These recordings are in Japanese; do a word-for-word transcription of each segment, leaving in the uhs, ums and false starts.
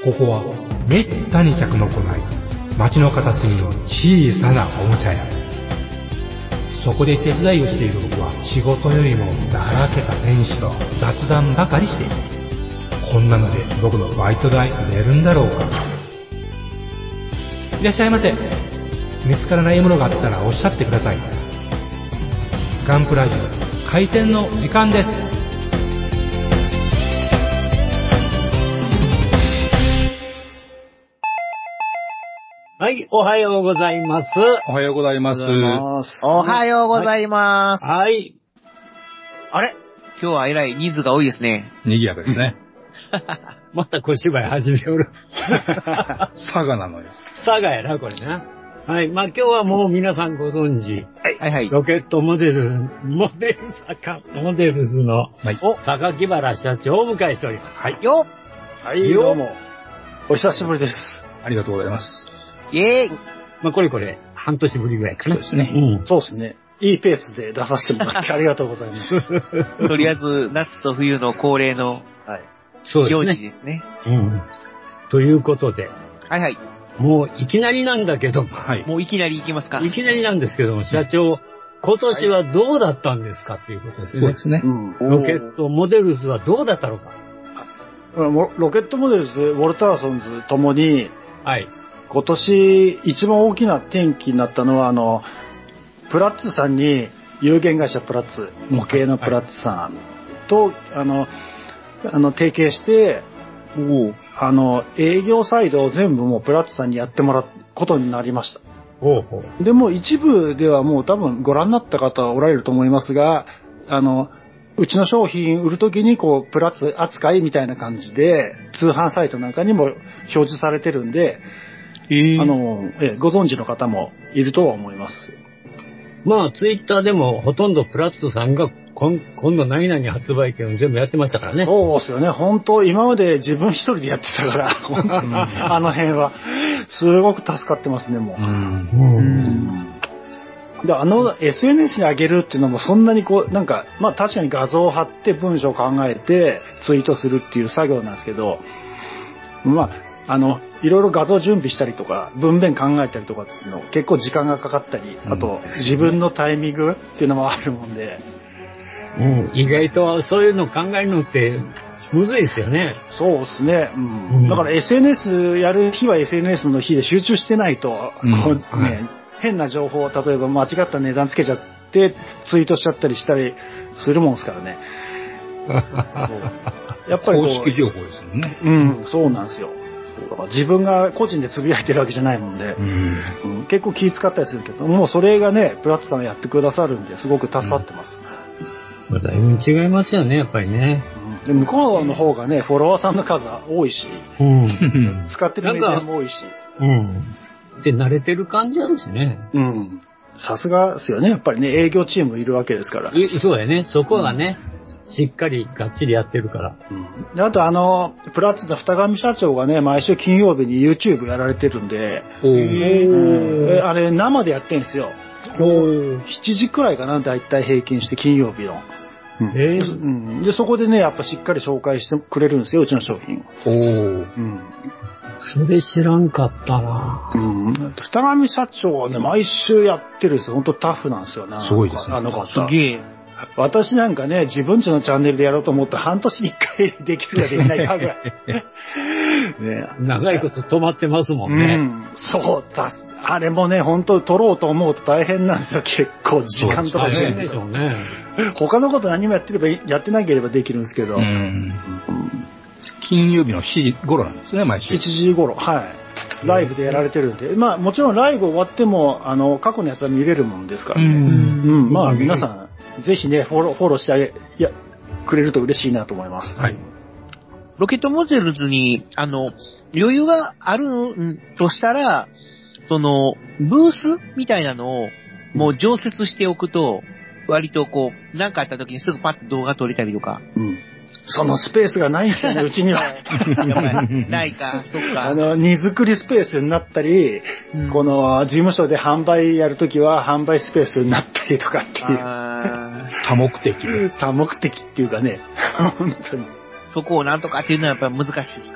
ここはめったに客の来ない街の片隅の小さなおもちゃ屋。そこで手伝いをしている僕は仕事よりもだらけた店主と雑談ばかりしている。こんなので僕のバイト代出るんだろうか。いらっしゃいませ。見つからないものがあったらおっしゃってください。ガンプラジオ開店の時間です。 はい、おはようございます。 おはようございます。 おはようございます。 はい。 あれ今日はえらい人数が多いですね。 賑やかですね。 また小芝居始めよる。 佐賀なのよ。 佐賀やな、これな。はい。まあ、今日はもう皆さんご存知。 はいはい。 ロケットモデル、モデル坂、モデルズの、はい、榊原社長をお迎えしております。 はい。よはい、どうも。お久しぶりです。 ありがとうございます。 イェーイ。 まあ、これこれ、半年ぶりぐらいかな。 そうですね。 うん。そうですね。いいペースで出させてもらってありがとうございます。 とりあえず、夏と冬の恒例の、はい。行事ですね。 うん。ということで。 はいはい。 もういきなりなんだけども。 はい。もういきなり行きますか。 いきなりなんですけども、社長、今年はどうだったんですかっていうことですね。 そうですね。 うん。ロケットモデルズはどうだったのか。 ロケットモデルズ、ウォルターソンズともに、 はい。 今年一番大きな転機になったのは、あの、プラッツさんに、有限会社プラッツ、模型のプラッツさんと、はい、あの、あの、提携して、あの、営業サイドを全部もうプラッツさんにやってもらうことになりました。 ほうほうでも一部ではもう多分ご覧になった方はおられると思いますが、あの、うちの商品売るときにこう、プラッツ扱いみたいな感じで、通販サイトなんかにも表示されてるんで、えー、あの、えご存知の方もいるとは思います。 まあ、ツイッターでもほとんどプラッツさんが今今度何々発売券を全部やってましたからね。 そうですよね。本当今まで自分一人でやってたから、あの辺は。すごく助かってますね、もう。うんうんであの エスエヌエス に上げるっていうのもそんなにこう、なんか、まあ確かに画像を貼って文章を考えてツイートするっていう作業なんですけど、まあ、あの、いろいろ画像準備したりとか、文面考えたりとかっていうの結構時間がかかったり、あと自分のタイミングっていうのもあるもんで。 うん、意外とそういうの考えるのってむずいですよね。 そうですね、うんうん。だから エスエヌエス やる日は エスエヌエス の日で集中してないと、うんこうね、はい、変な情報を例えば間違った値段つけちゃってツイートしちゃったりしたりするもんですからね。 そうやっぱり公式情報ですもんね。 うん、そうなんですよ。自分が個人でつぶやいてるわけじゃないもんで、うんうん、結構気遣ったりするけど、もうそれがね、プラッツさんがやってくださるんですごく助かってます。 うん、だいぶ違いますよね、やっぱりね。 うん、で向こうの方がね、フォロワーさんの数多いし、うん、使ってるメディアも多いし。 うん。で、慣れてる感じあるしね。 うん。さすがですよね、やっぱりね、営業チームいるわけですから。 そうやね、そこがね。うんしっかりがっちりやってるから。 うん、であとあの、プラッツの二上社長がね、毎週金曜日に YouTube やられてるんで、おーあれ生でやってんすよ。しちじくらいかな、だいたい平均して金曜日の。うんえーうん。で、そこでね、やっぱしっかり紹介してくれるんですよ、うちの商品を。おーうん、それ知らんかったな。 うん。二上社長はね、毎週やってるんですよ。ほんとタフなんですよね。 すごいですね。 あの方。 すげえ。 私なんかね、自分ちのチャンネルでやろうと思ったら半年に一回できるかできないかぐらい。 ね、長いこと止まってますもんね。 うん、そうだ。あれもね、本当撮ろうと思うと大変なんですよ、結構時間とか大変でしょうね。 他のこと何もやってれば、やってなければできるんですけど。うん、 金曜日のしちじ頃なんですね、毎週。 しちじ頃、はい。ライブでやられてるんで。まあもちろんライブ終わっても、あの、過去のやつは見れるもんですからね。うん。うん、まあ皆さん、ぜひね、フォロー、フォローしてあげ、いや、くれると嬉しいなと思います。 はい。 ロケットモデルズに、あの、余裕があるとしたら、その、ブースみたいなのを、もう常設しておくと、割とこう、なんかあった時にすぐパッと動画撮れたりとか。 うん。そのスペースがないんだよね、うちには。やっぱり、ないか、そっか。 あの、荷造りスペースになったり、うん、この、事務所で販売やるときは販売スペースになったりとかっていう。 多目的。 多目的っていうかね、本当に。 そこをなんとかっていうのはやっぱり難しいですか。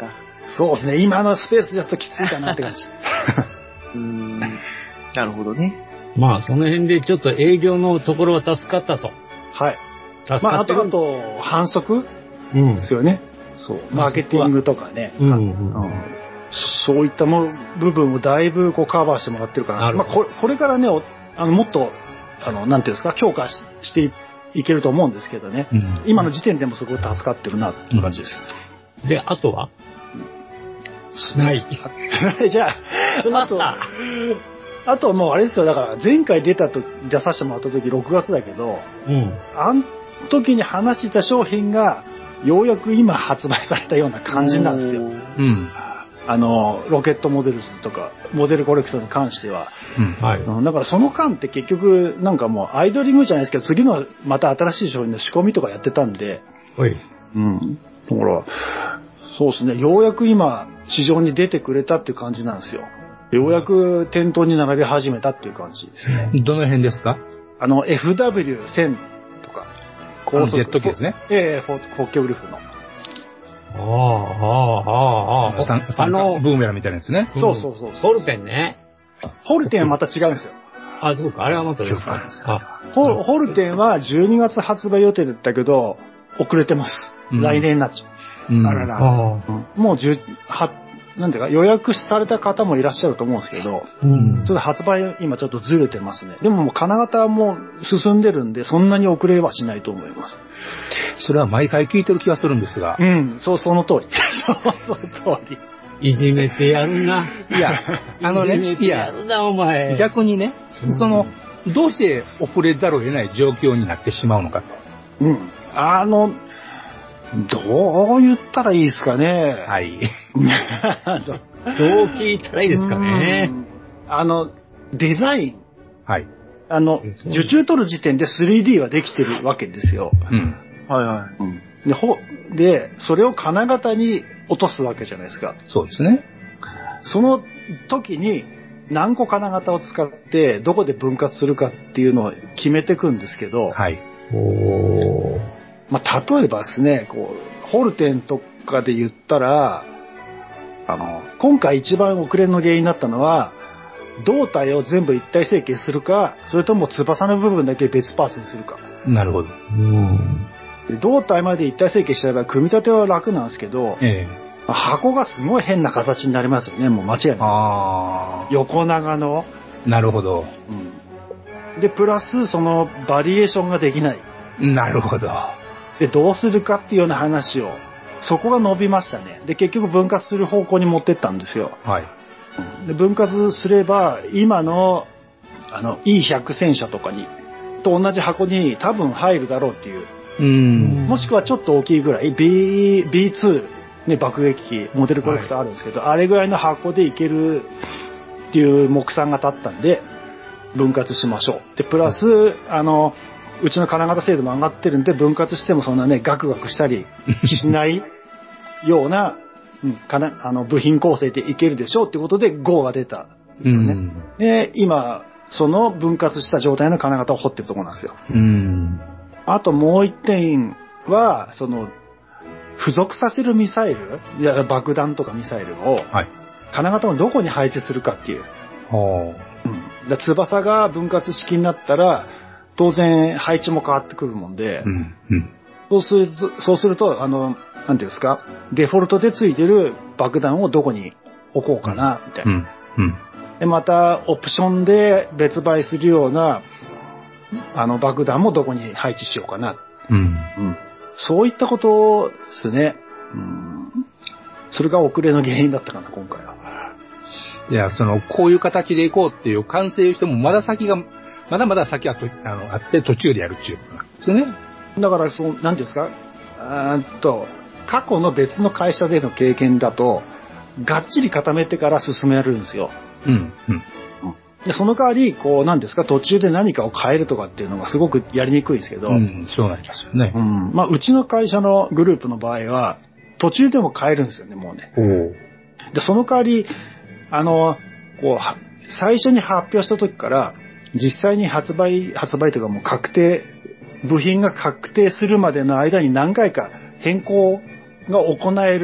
そうですね。今のスペースじゃちょっときついかなって感じ。 うーん。なるほどね。 まあ、その辺でちょっと営業のところは助かったと。 はい。 助まあ、あと、 かってる。 あと、反則うんで。すよね。そう。マーケティングとかね。 うんうんうんそういったも部分をだいぶこうカバーしてもらってるかな。 なるほどまあ、これ、これからね、おあの、もっと、あの、なんていうんですか、強化ししていいけると思うんですけどね。 うん今の時点でもすごい助かってるな、って感じです。 で、あとはない。 じゃあ、あと、 詰まった。 あともうあれですよ、だから前回出たと、出させてもらった時ろくがつだけど、 うん。 あん時に話してた商品が、ようやく今発売されたような感じなんですよ。 うん。 あの、ロケットモデルズとか、モデルコレクトに関しては。 うん。 はい。 うんだからその間って結局、なんかもうアイドリングじゃないですけど、次のまた新しい商品の仕込みとかやってたんで、 おい。 うん。だから、そうですね、ようやく今、市場に出てくれたっていう感じなんですよ。ようやく店頭に並び始めたっていう感じですね。 どの辺ですか？ あの、エフダブリューせん とか、 あのジェット機ですね。 ええフォフォッケウルフの。 ああ、ああ、ああ。 三三あの、 ブーメランみたいなやつね。 そうそうそうそう。 ソルテンね。 ホルテンはまた違うんですよ。 あ、そうか。あれはまたそうかあ、 ホホルテンはじゅうにがつ発売予定だったけど、遅れてます。 うん来年になっちゃう。 うんあらら。 ああ。 うんもうじゅう、は、なんていうか、予約された方もいらっしゃると思うんですけど、 うんちょっと発売今ちょっとずれてますね。でももう金型も進んでるんで、そんなに遅れはしないと思います。 それは毎回聞いてる気がするんですが。 うん、そう、その通り。そう、その通り。 いじめてやるな。 いや、あのいじめね、いや、 てやるな、お前。 逆にね、その、どうして遅れざるを得ない状況になってしまうのかと。 うん。あの、どう言ったらいいですかね。 はい。 あのどう聞いたらいいですかね。 うんあの、デザイン。 はい。 あのうん、 受注取る時点で スリーディー はできてるわけですよ。 うん。 はいはい。 で、ほ、で、それを金型に落とすわけじゃないですか。 そうですね。 その時に何個金型を使ってどこで分割するかっていうのを決めていくんですけど、 はい。 おー。 まあ、例えばですね、こう、ホルテンとかで言ったら、あの、今回一番遅れの原因になったのは、胴体を全部一体成形するか、それとも翼の部分だけ別パーツにするか。 なるほど。 うん。 で胴体まで一体成形しちゃえば組み立ては楽なんですけど、 ええ。 箱がすごい変な形になりますよね、もう間違いない。 あ横長の。 あ。なるほど。 うん、で、プラスそのバリエーションができない。 なるほど。 で、どうするかっていうような話を、そこが伸びましたね。で、結局分割する方向に持ってったんですよ。 はい。 で分割すれば、今の、あの、イーひゃく 戦車とかに、と同じ箱に多分入るだろうっていう。 うん。 もしくはちょっと大きいぐらい、B、ビーツー、ね、爆撃機、モデルコレクターあるんですけど、あれぐらいの箱でいけるっていう目算が立ったんで、分割しましょう。で、プラス、あの、うちの金型精度も上がってるんで、分割してもそんなね、ガクガクしたりしないような、うん、かな、あの、部品構成でいけるでしょうってことで ゴー が出たんですよね。 うん。 で、今、その分割した状態の金型を掘ってるところなんですよ。 うん。 あともう一点は、その、付属させるミサイル、いや爆弾とかミサイルを、 はい。 金型のどこに配置するかっていう。 ほうん、だ翼が分割式になったら、当然配置も変わってくるもんで、 う。うん。うん。 そうすると、そうすると、あの、なんていうんですか、デフォルトで付いてる爆弾をどこに置こうかな、みたいうな。 ん。うん。 で、また、オプションで別売するような、あの、爆弾もどこに配置しようかな。 うん。 うん。そういったことですね。うん。それが遅れの原因だったかな、今回は。 いや、その、こういう形でいこうっていう完成しても、まだ先が、まだまだ先はと、あの、あって途中でやるっていうことなんですよね。 だから、そう、なんていうんですか、あーっと、過去の別の会社での経験だと、がっちり固めてから進められるんですよ。 うん。うん。 で、その代わり、こう、なんですか、途中で何かを変えるとかっていうのがすごくやりにくいんですけど、 うん、そうなりますよねう。ん。まあ、うちの会社のグループの場合は、途中でも変えるんですよね、もうね。 おお。 で、その代わり、あの、こう、は最初に発表した時から、実際に発売、発売というかもう確定、部品が確定するまでの間に何回か変更が行える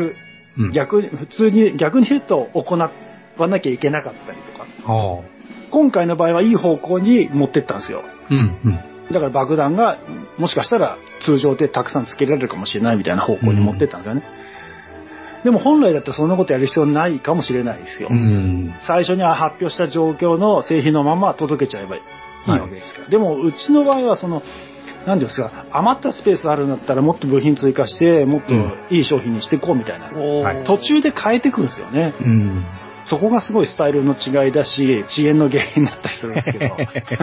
うん、 逆に、普通に、逆に言うと行わなきゃいけなかったりとか。 はあ、 今回の場合はいい方向に持ってったんですよ。 うんうん、 だから爆弾が、もしかしたら通常でたくさんつけられるかもしれないみたいな方向に持ってったんですよね。うん、でも本来だってそんなことやる必要ないかもしれないですよ。うん、最初に発表した状況の製品のまま届けちゃえばいいわけですから。はい、でもうちの場合はその、なんですか、余ったスペースあるんだったらもっと部品追加して、もっといい商品にしていこうみたいな。うん、途中で変えてくるんですよね。うん、そこがすごいスタイルの違いだし、遅延の原因になったりするんですけど。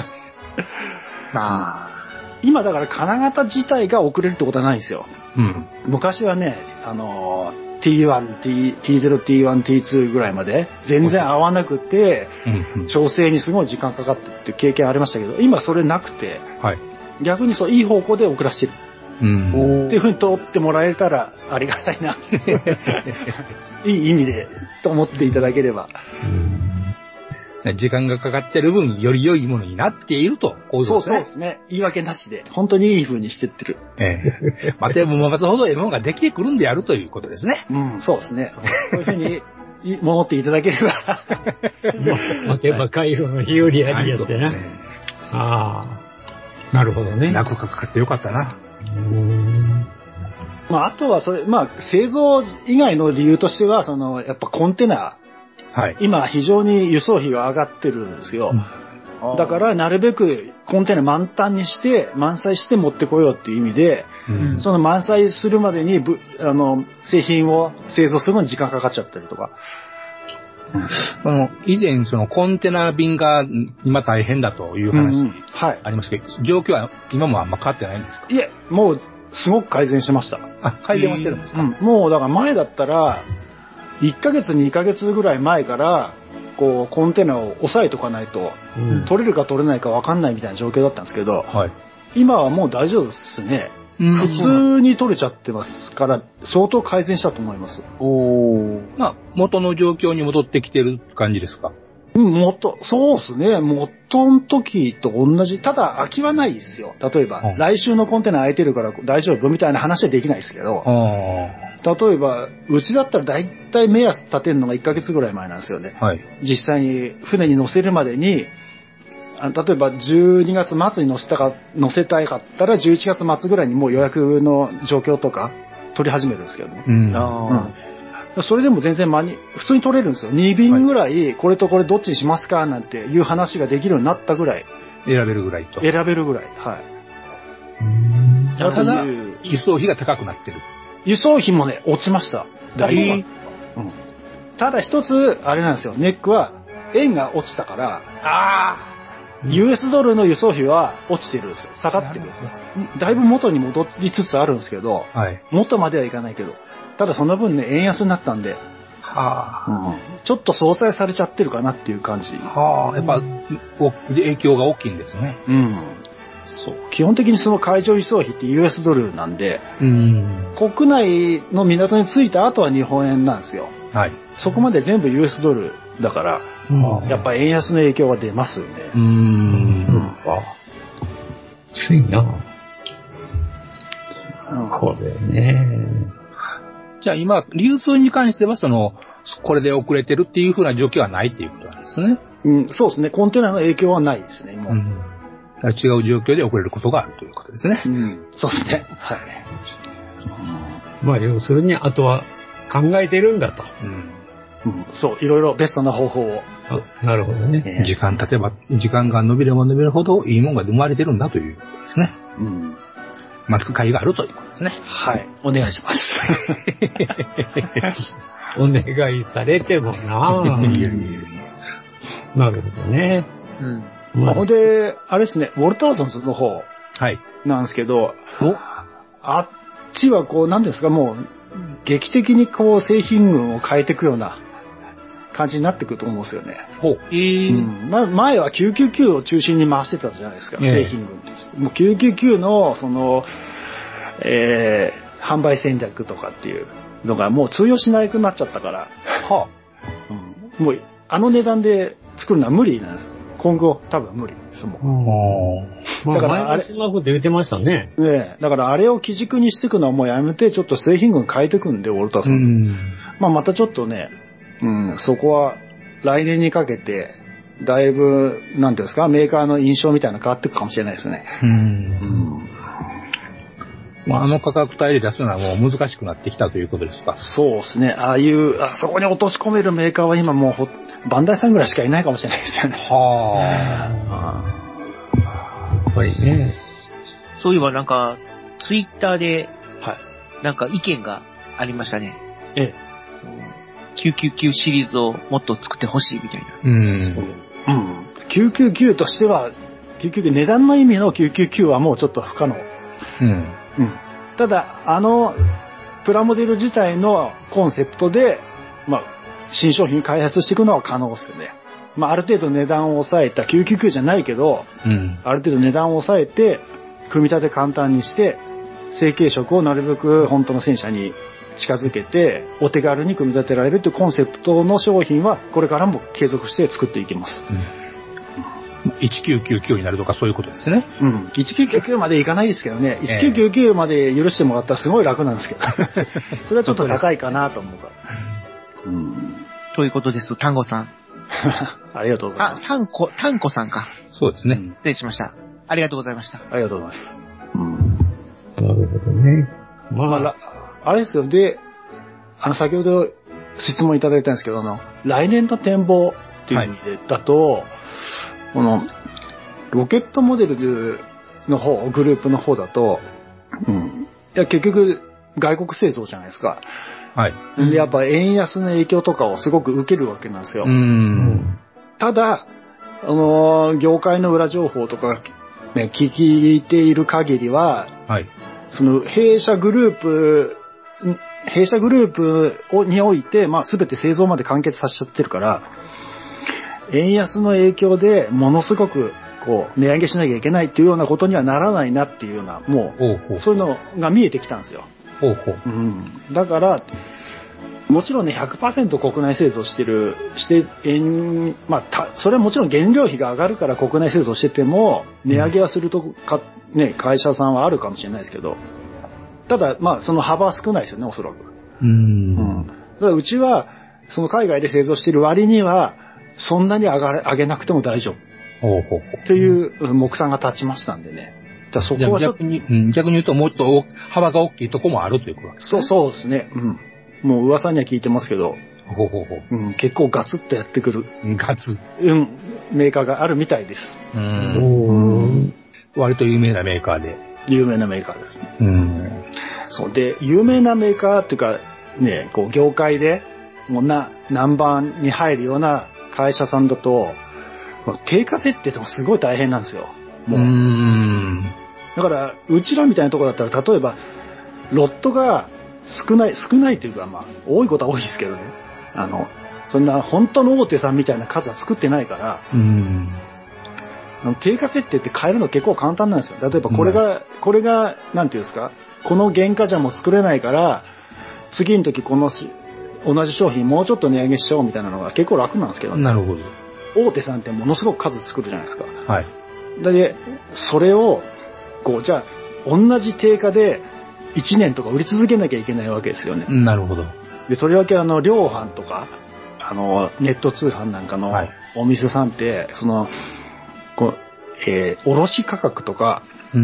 まあ、今だから金型自体が遅れるってことはないんですよ。うん、昔はね、あの、ティーワン、ティーゼロ、ティーワン、ティーツー ぐらいまで全然合わなくて、調整にすごい時間かかってっていう経験ありましたけど、今それなくて、はい、逆にそういい方向で遅らしてる。うん、っていう風に通ってもらえたらありがたいな。いい意味でと思っていただければ。 うん、時間がかかってる分、より良いものになっていると、こういうことですね。 そうそうですね。言い訳なしで、本当にいい風にしてってる。 ええ。またも待つほどいいものができてくるんであるということですね。 うん、そうですね。そういう風に戻っていただければ。 待てば回路の日和ありやつやな。ああ。なるほどね。 楽がかかってよかったな。 まあ、あとはそれ、まあ、製造以外の理由としては、その、やっぱコンテナ。はい。今、非常に輸送費が上がってるんですよ。うん、だから、なるべくコンテナ満タンにして、満載して持ってこようっていう意味で、うん、その満載するまでに、あの、製品を製造するのに時間かかっちゃったりとか。 あの以前、そのコンテナ便が今大変だという話、うんうん、はい、ありますけど、状況は今もあんま変わってないんですか？ いえ、もうすごく改善しました。 あ、改善はしてるんですか？うん、 もうだから前だったら、いっかげつ、にかげつぐらい前から、こう、コンテナを押さえとかないと、うん、取れるか取れないか分かんないみたいな状況だったんですけど、はい、今はもう大丈夫ですね。うん、普通に取れちゃってますから、相当改善したと思います。 おー。まあ、元の状況に戻ってきてる感じですか？ うん、元、そうですね。元の時と同じ。ただ、空きはないですよ。例えば、うん、来週のコンテナ空いてるから大丈夫みたいな話はできないですけど、例えば、うちだったら大体目安立てるのがいっかげつぐらい前なんですよね。はい、実際に船に乗せるまでに、例えばじゅうにがつ末に乗せたか、乗せたかったらじゅういちがつ末ぐらいにもう予約の状況とか取り始めるんですけどね。うん。あうん、それでも全然間に、普通に取れるんですよ。に便ぐらい、これとこれどっちにしますかなんていう話ができるようになったぐらい。 選べるぐらいと。 選べるぐらい。はい。 うんただ、輸送費が高くなってる。 輸送費もね、落ちました。だいぶ。うん。ただ一つ、あれなんですよ。ネックは、円が落ちたから、ああ。ユーエス ドルの輸送費は落ちてるんですよ。下がってるんですよ。だいぶ元に戻りつつあるんですけど、はい、元まではいかないけど、ただその分ね、円安になったんで、はあうん、ちょっと相殺されちゃってるかなっていう感じ。 はあ、やっぱ、影響が大きいんですね。 うん。そう。基本的にその海上輸送費って ユーエス ドルなんで、うん、国内の港に着いた後は日本円なんですよ。はい。そこまで全部 ユーエス ドルだから、やっぱ円安の影響が出ますよね。うーん。そうか。 ついな。これね。 じゃあ今、流通に関してはその、これで遅れてるっていう風な状況はないっていうことなんですね。 うん、そうですね。コンテナの影響はないですね、もう。うん、 違う状況で遅れることがあるということですね。うん、 そうですね。はい。 まあ、要するに、あとは考えてるんだと。 うんうん、そう、いろいろベストな方法を。 なるほどね。 えー、時間経てば、時間が伸びれば伸びるほどいいものが生まれてるんだということですね。うん。待つ会があるということですね。 はい。お願いします。 お願いされてもなぁ。いやいやいや。なるほどね。 うん。まあ、ほんで、あれですね、ウォルターソンズの方。はい。なんですけど、あっちはこう、なんですか、もう、劇的にこう、製品群を変えていくような感じになってくると思うんですよね。ほう。えーうんま、前はきゅうきゅうきゅうを中心に回してたじゃないですか、えー、製品群として。もうきゅうきゅうきゅうの、その、えー、販売戦略とかっていうのがもう通用しなくなっちゃったから。はあうん、もう、あの値段で作るのは無理なんです。今後、多分無理ですもん。 だからあれ、そんなこと言ってましたね。 ねだからあれを基軸にしていくのはもうやめて、ちょっと製品群変えていくんで、ウォルターさん。 まあまたちょっとね、うん、そこは来年にかけて、だいぶ、なんていうんですか、メーカーの印象みたいなの変わっていくかもしれないですね。うん。うんまあ、あの価格帯で出すのはもう難しくなってきたということですか。 そうですね。ああいう、あそこに落とし込めるメーカーは今もうほ、バンダイさんぐらいしかいないかもしれないですよね。 はあ。 やっぱりね。 そういえばなんか、ツイッターで、 はい。 なんか意見がありましたね。 ええ。 きゅうきゅうきゅうシリーズをもっと作ってほしいみたいな。 うん。 うん。きゅうきゅうきゅうとしては、きゅうきゅうきゅう、値段の意味のきゅうきゅうきゅうはもうちょっと不可能。 うん。 うん。ただ、あの、プラモデル自体のコンセプトで、まあ、新商品開発していくのは可能ですよね。まあ、ある程度値段を抑えた、きゅうきゅうきゅうじゃないけど、うん、ある程度値段を抑えて、組み立て簡単にして、成型色をなるべく本当の戦車に近づけて、お手軽に組み立てられるというコンセプトの商品は、これからも継続して作っていきます。うんいちきゅうきゅうきゅうになるとかそういうことですね。 うん。いちきゅうきゅうきゅうまでいかないですけどね。いちきゅうきゅうきゅうまで許してもらったらすごい楽なんですけど。それはちょっと高いかなと思うから。うん。 ということです、タンゴさん。 ありがとうございます。 あ、タンコ、タンコさんか。 そうですね。 失礼しました。ありがとうございました。 ありがとうございます。うん。 なるほどね。 まあ、まあ、あれですよ。で、あの、先ほど質問いただいたんですけど、あの、来年の展望っていう意味でだと、はい、この、ロケットモデルの方、グループの方だと、うん。いや、結局、外国製造じゃないですか。 はい。 で、やっぱ円安の影響とかをすごく受けるわけなんですよ。 うん。 ただ、あのー、業界の裏情報とか、ね、聞いている限りは、 はい。 その、弊社グループ、弊社グループにおいて、まあ、すべて製造まで完結させちゃってるから、円安の影響でものすごくこう値上げしなきゃいけないっていうようなことにはならないなっていうような、もうそういうのが見えてきたんですよ。 ほうほう。 うん、だからもちろんね ひゃくパーセント 国内製造してるして円まあたそれはもちろん原料費が上がるから国内製造してても値上げはするとか、ね、会社さんはあるかもしれないですけど、ただまあその幅は少ないですよね、おそらく。 うん。うん、 だからうちはその海外で製造してる割にはそんなに上がれ、上げなくても大丈夫。 ほうほうほう。 っていう目算が立ちましたんでね。じゃあそこはちょっと。 逆に、うん、逆に言うともっと幅が大きいとこもあるということですね。そうそうですね。うん。もう噂には聞いてますけど。 ほうほうほう。 うん、結構ガツッとやってくる。 ガツうん。メーカーがあるみたいです。 うん。割と有名なメーカーで。 有名なメーカーですね。 うん。 そうで、有名なメーカーっていうか、ね、こう業界で、もうな、ナンバーに入るような会社さんだと、定価設定ってもすごい大変なんですよ。もう。うーん。だから、うちらみたいなところだったら、例えば、ロットが少ない、少ないというか、まあ、多いことは多いですけどね。あの、そんな本当の大手さんみたいな数は作ってないから、うーん。定価設定って変えるの結構簡単なんですよ。例えばこれが、うん、これが、なんていうんですか、この原価じゃもう作れないから、次の時この同じ商品もうちょっと値上げしちゃおうみたいなのが結構楽なんですけど、ね、 なるほど。 大手さんってものすごく数作るじゃないですか。 はい。 で、それを、こう、じゃあ、同じ定価でいちねんとか売り続けなきゃいけないわけですよね。 なるほど。 で、とりわけあの、量販とか、あの、ネット通販なんかのお店さんって、はい、その、こう、えー、卸価格とか、うん、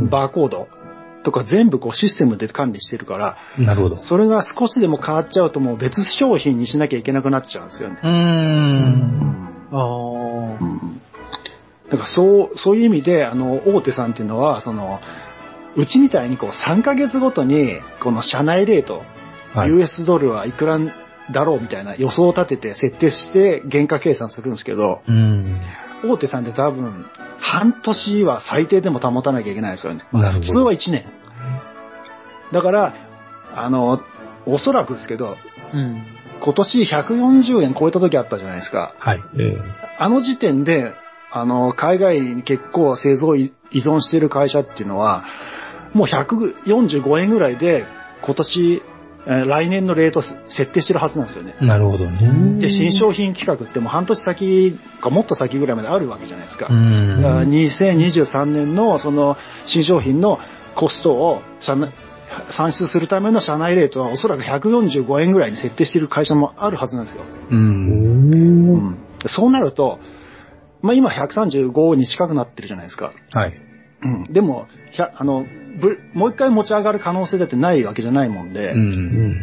バーコードとか全部こうシステムで管理してるから、 なるほど。 それが少しでも変わっちゃうともう別商品にしなきゃいけなくなっちゃうんですよね。 うーん。 ああ。うん。だからそう、そういう意味で、あの、大手さんっていうのは、その、うちみたいにこうさんかげつごとに、この社内レート、はい、ユーエス ドルはいくらだろうみたいな予想を立てて設定して原価計算するんですけど、うん、大手さんって多分、半年は最低でも保たなきゃいけないですよね。普通はいちねん。だから、あの、おそらくですけど、うん、今年ひゃくよんじゅうえん超えた時あったじゃないですか。 はい。えー、 あの時点で、あの、海外に結構製造依存している会社っていうのは、もうひゃくよんじゅうごえんぐらいで今年、えー、来年のレート設定してるはずなんですよね。 なるほどね。 で、新商品企画ってもう半年先かもっと先ぐらいまであるわけじゃないですか。うんだからにせんにじゅうさんねんのその新商品のコストを社内、 算出するための社内レートはおそらくひゃくよんじゅうごえんぐらいに設定している会社もあるはずなんですよ。うん、そうなると、まあ、今ひゃくさんじゅうごに近くなってるじゃないですか。はい。うん、でも、あの、もう一回持ち上がる可能性だってないわけじゃないもんで、うん、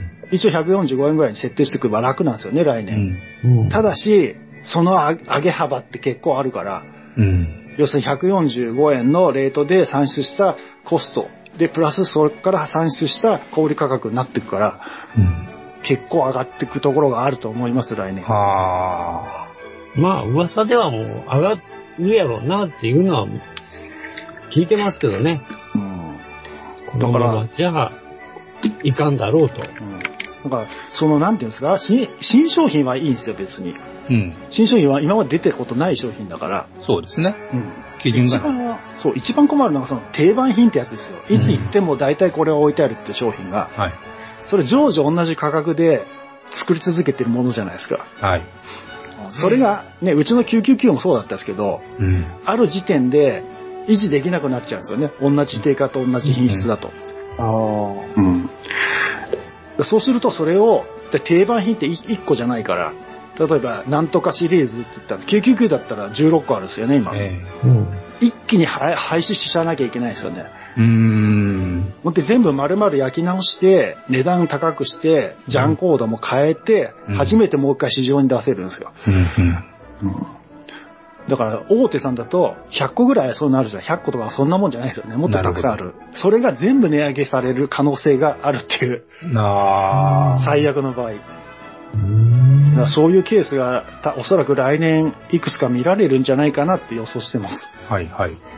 一応ひゃくよんじゅうごえんぐらいに設定しておけば楽なんですよね、来年。うん、ただし、その上げ幅って結構あるから、うん、要するにひゃくよんじゅうごえんのレートで算出したコストで、プラスそれから算出した小売価格になっていくから、うん、結構上がっていくところがあると思います、来年。はあ。まあ、噂ではもう上がるやろうなっていうのは聞いてますけどね。うん。だから、じゃあ、いかんだろうと。うん。 だから、その、なんていうんですか、新、新商品はいいんですよ、別に。うん。新商品は今まで出てることない商品だから。 そうですね。うん。基準が。 一番、そう、一番困るのがその定番品ってやつですよ。いつ行っても大体これは置いてあるって商品が。はい。それ常時同じ価格で作り続けてるものじゃないですか。はい。それがね、うちのきゅうきゅうきゅうもそうだったんですけど、うん、ある時点で維持できなくなっちゃうんですよね。同じ定価と同じ品質だと。うん、あそうするとそれを、定番品っていっこじゃないから、例えばなんとかシリーズって言ったら、きゅうきゅうきゅうだったらじゅうろっこあるんですよね、今。えーうん、一気に廃止しちゃわなきゃいけないですよね。うーん。ほんで全部丸々焼き直して、値段高くして、ジャンコードも変えて、うん、初めてもう一回市場に出せるんですよ。うんうんうん、だから大手さんだとひゃっこぐらいそうなるじゃん。ひゃっことかそんなもんじゃないですよね。もっとたくさんある。それが全部値上げされる可能性があるっていう。なあ。最悪の場合。だからそういうケースがおそらく来年いくつか見られるんじゃないかなって予想してます。はいはい。うん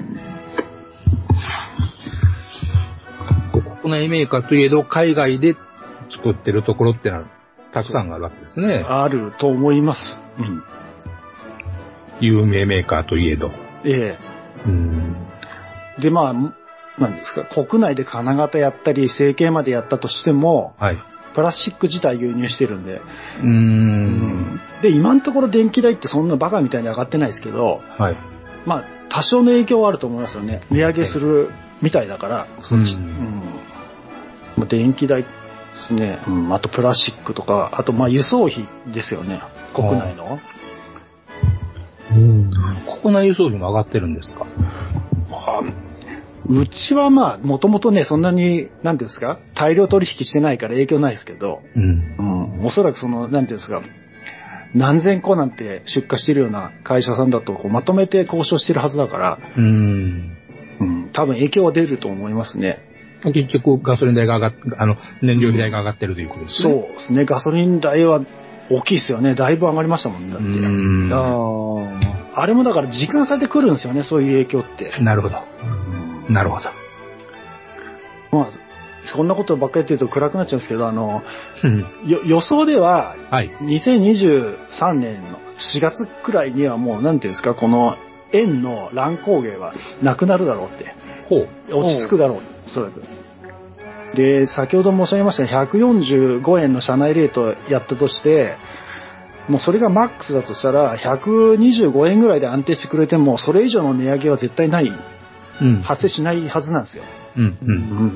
国内メーカーといえど海外で作ってるところってのはたくさんあるわけですね。 あると思います。うん。 有名メーカーといえど。ええ。 うん。でまあ何ですか、国内で金型やったり成形までやったとしても、はい。プラスチック自体輸入してるんで。うーん。うん。で今のところ電気代ってそんなバカみたいに上がってないですけど、はい。まあ多少の影響はあると思いますよね。値上げするみたいだから、はい、そっち。うん。うん電気代ですね、うん、あとプラスチックとか、あとまあ輸送費ですよね、国内の。 うん、国内輸送費も上がってるんですか？ あうちはまあもともとねそんなになんていうんですか大量取引してないから影響ないですけど、うんうん、おそらくそのなんていうんですか何千個なんて出荷してるような会社さんだとこうまとめて交渉してるはずだから、うんうん、多分影響は出ると思いますね。 結局ガソリン代が上がっ、あの、燃料費代が上がってるということですね。 そうですね。ガソリン代は大きいですよね。だいぶ上がりましたもんね。だって。うんあ, あれもだから時間差で来るんですよね。そういう影響って。 なるほど。なるほど。 まあ、そんなことばっかり言ってると暗くなっちゃうんですけど、あの、よ予想では、はい、にせんにじゅうさんねんのしがつくらいにはもう、なんていうんですか、この円の乱高下はなくなるだろうって。ほう。落ち着くだろう。おそらく。で、先ほど申し上げましたね、ひゃくよんじゅうごえんの社内レートやったとして、もうそれがマックスだとしたら、ひゃくにじゅうごえんぐらいで安定してくれても、それ以上の値上げは絶対ない、うん、発生しないはずなんですよ。うんうんうん、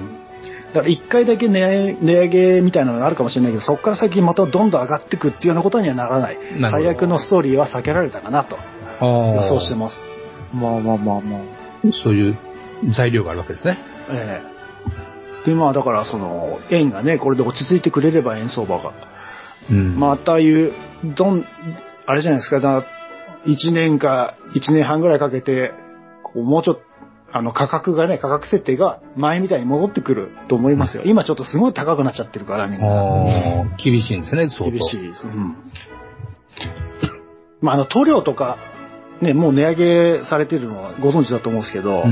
だから一回だけ値上げ、値上げみたいなのがあるかもしれないけど、そこから先またどんどん上がっていくっていうようなことにはならない。最悪のストーリーは避けられたかなと予想してます。 まあまあまあまあ。そういう材料があるわけですね。ええで、まあだからその、円がね、これで落ち着いてくれれば円相場が。うん、またいう、どん、あれじゃないですか、だいちねんかいちねんはんぐらいかけて、こうもうちょっと、あの価格がね、価格設定が前みたいに戻ってくると思いますよ。うん、今ちょっとすごい高くなっちゃってるから、みんな。 厳しいんですね、相当。 厳しいです。うん。まああの、塗料とか、ね、もう値上げされてるのはご存知だと思うんですけど、うん、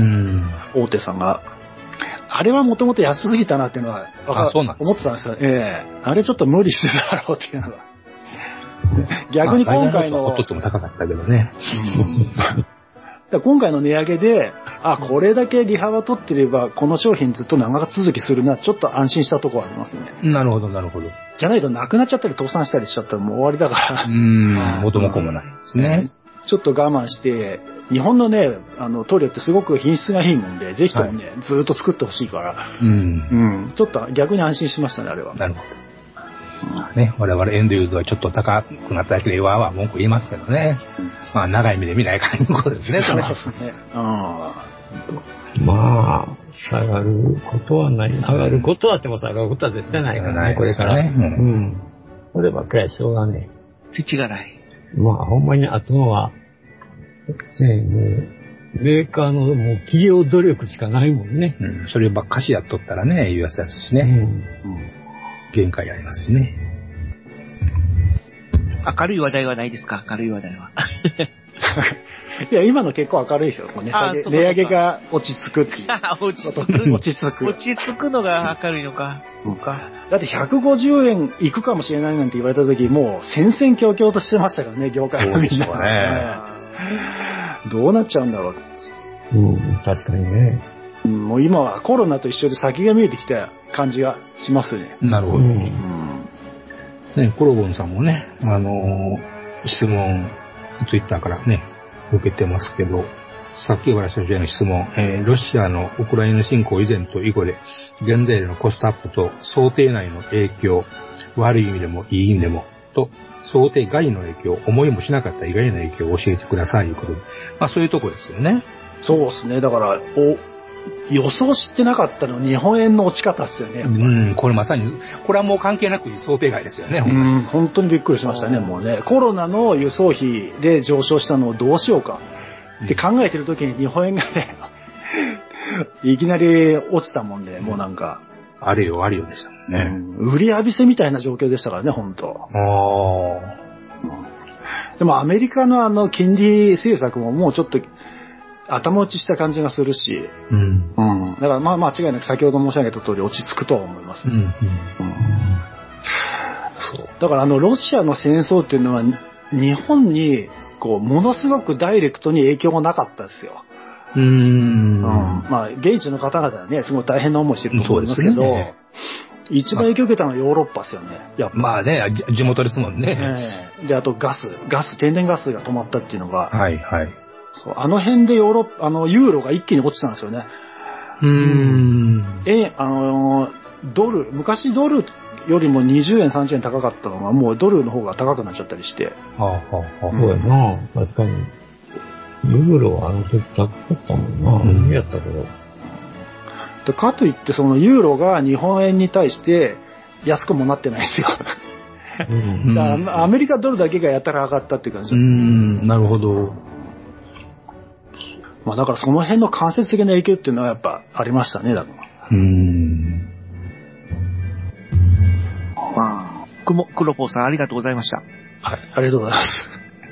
大手さんが。あれはもともと安すぎたなっていうのは、あそうなんです思ってたんですよ。ええー、あれちょっと無理してただろうっていうのは。逆に今回の。 とっても高かったけどね。 うん、今回の値上げで、あ、これだけ利幅取ってれば、この商品ずっと長続きするな、ちょっと安心したところありますね。 なるほど、なるほど。 じゃないとなくなっちゃったり倒産したりしちゃったらもう終わりだから。 うーん、元も子もないですね。 ちょっと我慢して、日本のね、あの、塗料ってすごく品質がいいもんで、ぜひともね、はい、ずーっと作ってほしいから、うん。うん。ちょっと逆に安心しましたね、あれは。 なるほど。ね、我々エンドユーザーはちょっと高くなっただけでわーわー文句言いますけどね。うん、まあ、長い目で見ない感じのことですね、 そうですね。うん。 まあ、下がることはない。上がることはあっても下がることは絶対ないからね、うん、これから。ね、うん。うん。こればっかりはしょうがねえ。世知がない。 まあ、ほんまにあとは、ね、もう、メーカーのもう企業努力しかないもんね。 うん。そればっかしやっとったらね、いうやつですしね。うん。うん、限界ありますしね。 明るい話題はないですか？明るい話題は。 いや、今の結構明るいですよ。値下げ、値上げが落ち着くっていう。 落ち着く。 落ち着く。 落ち着くのが明るいのか。そうか。 だってひゃくごじゅうえんいくかもしれないなんて言われた時、もう戦々恐々としてましたからね、業界のみんな。そうね。どうなっちゃうんだろう。 うん、確かにね。 うん、もう今はコロナと一緒で先が見えてきた感じがしますね。 なるほど。うん、ね、コロボンさんもね、あのー、質問、ツイッターからね、受けてますけど、さっきから社長への質問、えー、ロシアのウクライナ侵攻以前と以後で、現在のコストアップと想定内の影響、悪い意味でもいい意味でも、と、想定外の影響、思いもしなかった意外な影響を教えてくださいということで、まあそういうとこですよね。 そうですね。だから、お、予想してなかったの日本円の落ち方ですよね。 うん、これまさに、これはもう関係なく想定外ですよね。 うん、本当にびっくりしましたね、もうね。コロナの輸送費で上昇したのをどうしようかって考えてる時に日本円がね、いきなり落ちたもんで、もうなんか。 あれよあれよでしたもんね。 うん、売り浴びせみたいな状況でしたからね、本当。ああ。でもアメリカのあの金利政策ももうちょっと頭打ちした感じがするし、うん。うん。だからまあ間違いなく先ほど申し上げた通り落ち着くとは思います。うん。うん。うん、そう。だからあのロシアの戦争っていうのは日本にこうものすごくダイレクトに影響がなかったですよ。うーん。うん。まあ現地の方々はねすごい大変な思いしてると思いますけど。そうですね。一番影響を受けたのはヨーロッパですよね。 やっぱまあね、地元ですもんね。 えー、で、あとガス、ガス、天然ガスが止まったっていうのが、 はいはい。 そうあの辺でヨーロッパ、あの、ユーロが一気に落ちたんですよね。うーん。え、あの、ドル、昔ドルよりもにじゅうえん、さんじゅうえん高かったのが、もうドルの方が高くなっちゃったりして。はあはあはあ、 そうやな、確かに。ユーロはあの時高かったもんな。うん、やったけど。 かといってそのユーロが日本円に対して安くもなってないですよ。うん、だからアメリカドルだけがやたら上がったっていう感じ。 うーん、なるほど。 まあだからその辺の間接的な影響っていうのはやっぱありましたね、だから。うーん。 まあ、くも、黒ポーさんありがとうございました。 はい、ありがとうございます。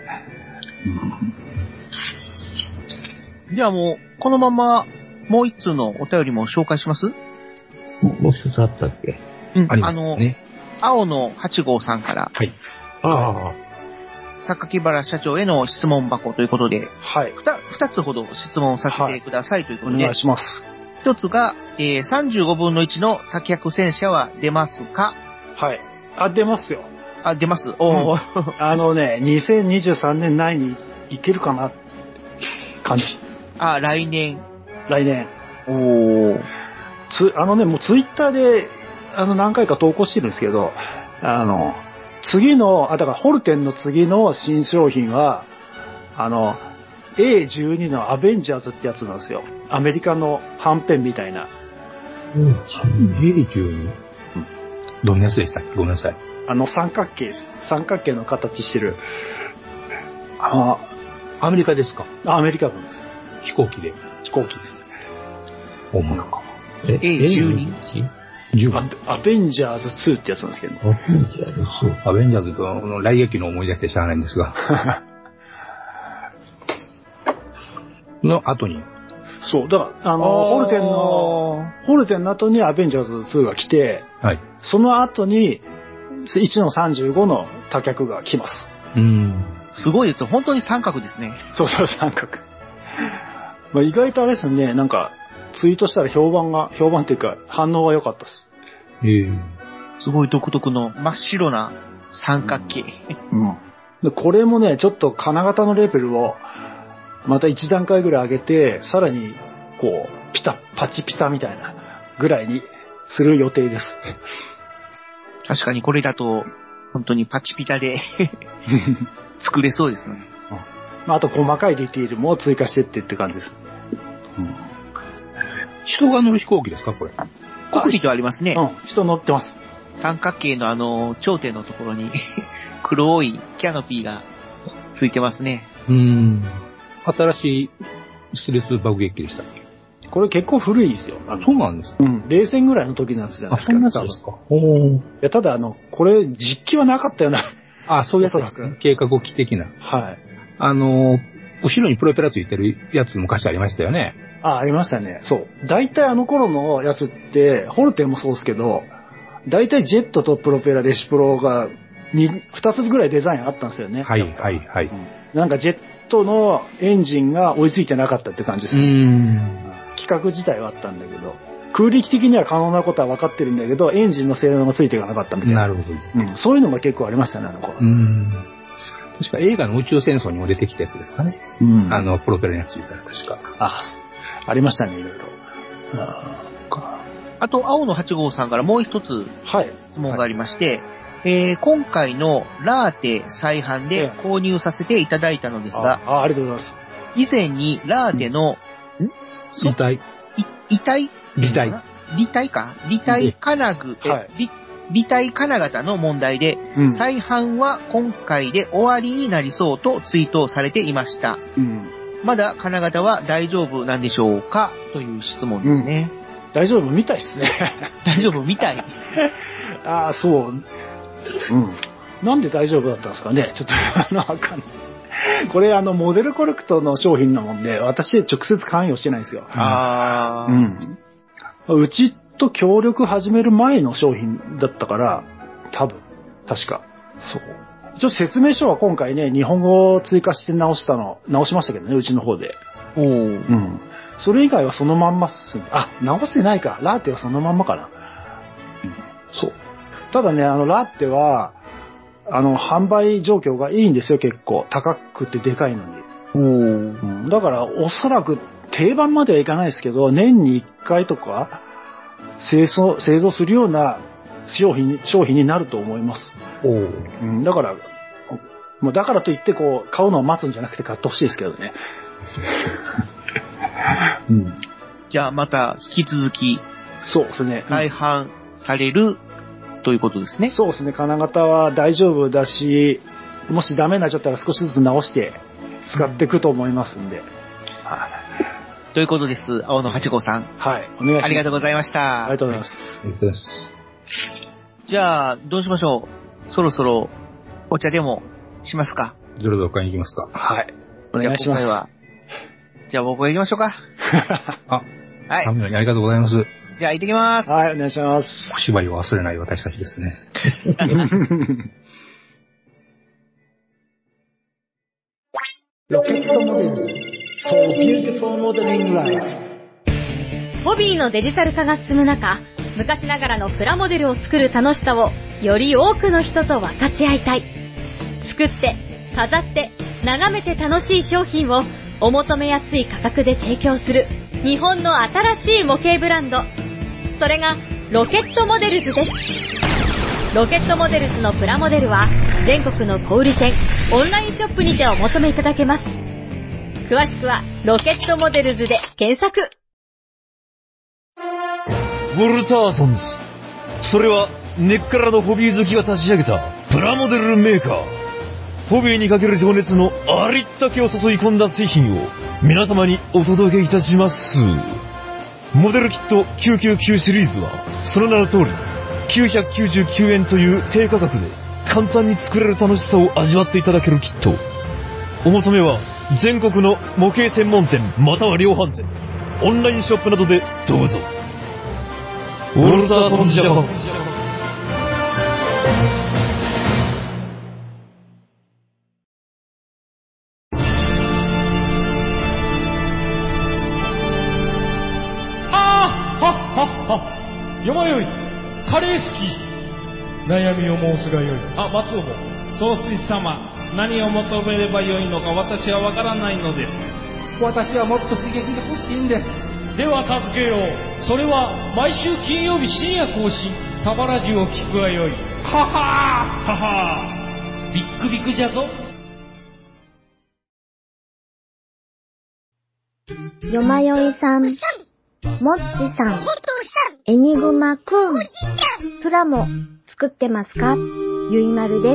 うん、ではもう、このまま、もう一通のお便りも紹介します？ もう一つあったっけ？ うん、ありますね。あの、青のはち号さんから。はい。 ああ。 榊原社長への質問箱ということで、はい。二、二つほど質問させてくださいということで。 お願いします。 一つが、えー、さんじゅうごぶんのいちの多脚戦車は出ますか？ はい。あ、出ますよ。 あ、出ます。おー。 うん、あのね、にせんにじゅうさんねん内にいけるかな感じ。 あ、来年。 来年。 おー。 つ、あのね、もうツイッターで、あの、何回か投稿してるんですけど、あの、次の、あ、だから、ホルテンの次の新商品は、あの、エーじゅうに のアベンジャーズってやつなんですよ。アメリカのはんぺんみたいな。 うん、エーじゅうに？うん。どんなやつでしたっけ？ごめんなさい。 あの、三角形です。三角形の形してる。あアメリカですか？ アメリカ軍です。 飛行機で。 飛行機です。 おもなか。 え、エーじゅうに？ アベンジャーズツーってやつなんですけど、ね。 アベンジャーズツー。 アベンジャーズとの来劇の思い出してしゃあないんですが。の後に。 そう、だから、あの、ホルテンの、ホルテンの後にアベンジャーズツーが来て、はい。その後に、いちのさんじゅうごの多脚が来ます。 うん。すごいですよ。本当に三角ですね。 そうそう、三角。まあ、意外とあれですね、なんか、ツイートしたら評判が、評判っていうか、反応が良かったです。 へえ。すごい独特の真っ白な三角形。 うん。うん、 でこれもね、ちょっと金型のレベルをまた一段階ぐらい上げて、さらにこう、ピタ、パチピタみたいなぐらいにする予定です。 確かにこれだと、本当にパチピタで作れそうですね。 うん、まあ、あと細かいディティールも追加してってって感じです。うん、 人が乗る飛行機ですかこれ。 コックピットありますね。 うん、人乗ってます。 三角形のあの、頂点のところに黒いキャノピーがついてますね。 うーん。新しいステルス爆撃機でしたっけ？ これ結構古いですよ。 あ、そうなんですか。 うん。冷戦ぐらいの時のやつじゃないですか。 あ、そんなやつですか。おー。いや、ただあの、これ実機はなかったような。 あ、そういうやつですね。計画機的な。 はい。 あの、後ろにプロペラついてるやつ昔ありましたよね。 あ、ありましたね。そう。大体あの頃のやつって、ホルテンもそうですけど、大体ジェットとプロペラ、レシプロがに、二つぐらいデザインあったんですよね。 はいはいはい。うん、 なんかジェットのエンジンが追いついてなかったって感じですね。うーん。企画自体はあったんだけど、空力的には可能なことは分かってるんだけど、エンジンの性能がついていかなかったみたいな。 なるほど。 うん。そういうのが結構ありましたね、あの頃。 うーん。確か映画の宇宙戦争にも出てきたやつですかね。うん。あの、プロペラについたら確か。 あ、ありましたね、いろいろ。ああと、青のはち号さんからもう一つ質問がありまして、はいはいえー、今回のラーテ再販で購入させていただいたのですが、 ああ、ありがとうございます。 以前にラーテの、 うん、ん遺体遺体理体理体か理体金具、はい、理理体金型の問題で、うん、再販は今回で終わりになりそうとツイートされていました。うん、まだ金型は大丈夫なんでしょうかという質問ですね。 うん大丈夫みたいですね。 大丈夫みたい。 ああ、そう。うん。なんで大丈夫だったんですかねちょっと、あの、わかんない。これ、あの、モデルコレクトの商品なもんで、私直接関与してないんですよ。 ああ。 うん。うちと協力始める前の商品だったから、多分、確か。そう。一応説明書は今回ね、日本語を追加して直したの、直しましたけどね、うちの方で。 おお。うん。それ以外はそのまんまっす。あ、直してないか。ラーテはそのまんまかな。うん、そう。ただね、あの、ラーテは、あの、販売状況がいいんですよ、結構。高くてでかいのに。 おー。 うん、だから、おそらく、定番まではいかないですけど、年にいっかいとか、製造、製造するような商品、商品になると思います。 おー。 うん、だから、もうだからといって、こう、買うのを待つんじゃなくて買ってほしいですけどね。 うん、じゃあまた引き続きそうですね再販されるということですね。 そうですね。金型は大丈夫だし、もしダメになっちゃったら少しずつ直して使っていくと思いますんで、うんはい、ということです。青のはち号さん、 はいお願いします。 ありがとうございました。 ありがとうございます。 ありがとうございます。 じゃあどうしましょう。そろそろお茶でもしますか。 どれど買いに行きますか。 はいお願いします。 じゃあじゃあ僕が行きましょうか。 あ、 はい。 ありがとうございます。 じゃあ行ってきます。 はい、お願いします。 お芝居を忘れない私たちですね。 ロケットモデル for beautiful modeling life。 ホビーのデジタル化が進む中、昔ながらのプラモデルを作る楽しさをより多くの人と分かち合いたい。作って、飾って、眺めて楽しい商品をお求めやすい価格で提供する日本の新しい模型ブランド。それがロケットモデルズです。ロケットモデルズのプラモデルは全国の小売店、オンラインショップにてお求めいただけます。詳しくはロケットモデルズで検索。 ウォルターソンズ。それは根っからのホビー好きが立ち上げたプラモデルメーカー。ホビーにかける情熱のありったけを注い込んだ製品を皆様にお届けいたします。モデルキットきゅうひゃくきゅうじゅうきゅうシリーズはその名の通りきゅうひゃくきゅうじゅうきゅうえんという低価格で簡単に作れる楽しさを味わっていただけるキット。お求めは全国の模型専門店または量販店、オンラインショップなどでどうぞ。ウォルターソンズジャパン。 よまよい、カレー好き。悩みを申すがよい。あ、松尾も。 総帥様、 何を求めればよいのか私はわからないのです。 私はもっと刺激が欲しいんです。 では助けよう。それは毎週金曜日深夜更新、サバラジュを聞くがよい。ははーははービックビックじゃぞ。 よまよいさん、もっちさん、エニグマくん、プラモ作ってますか？ゆいまるです。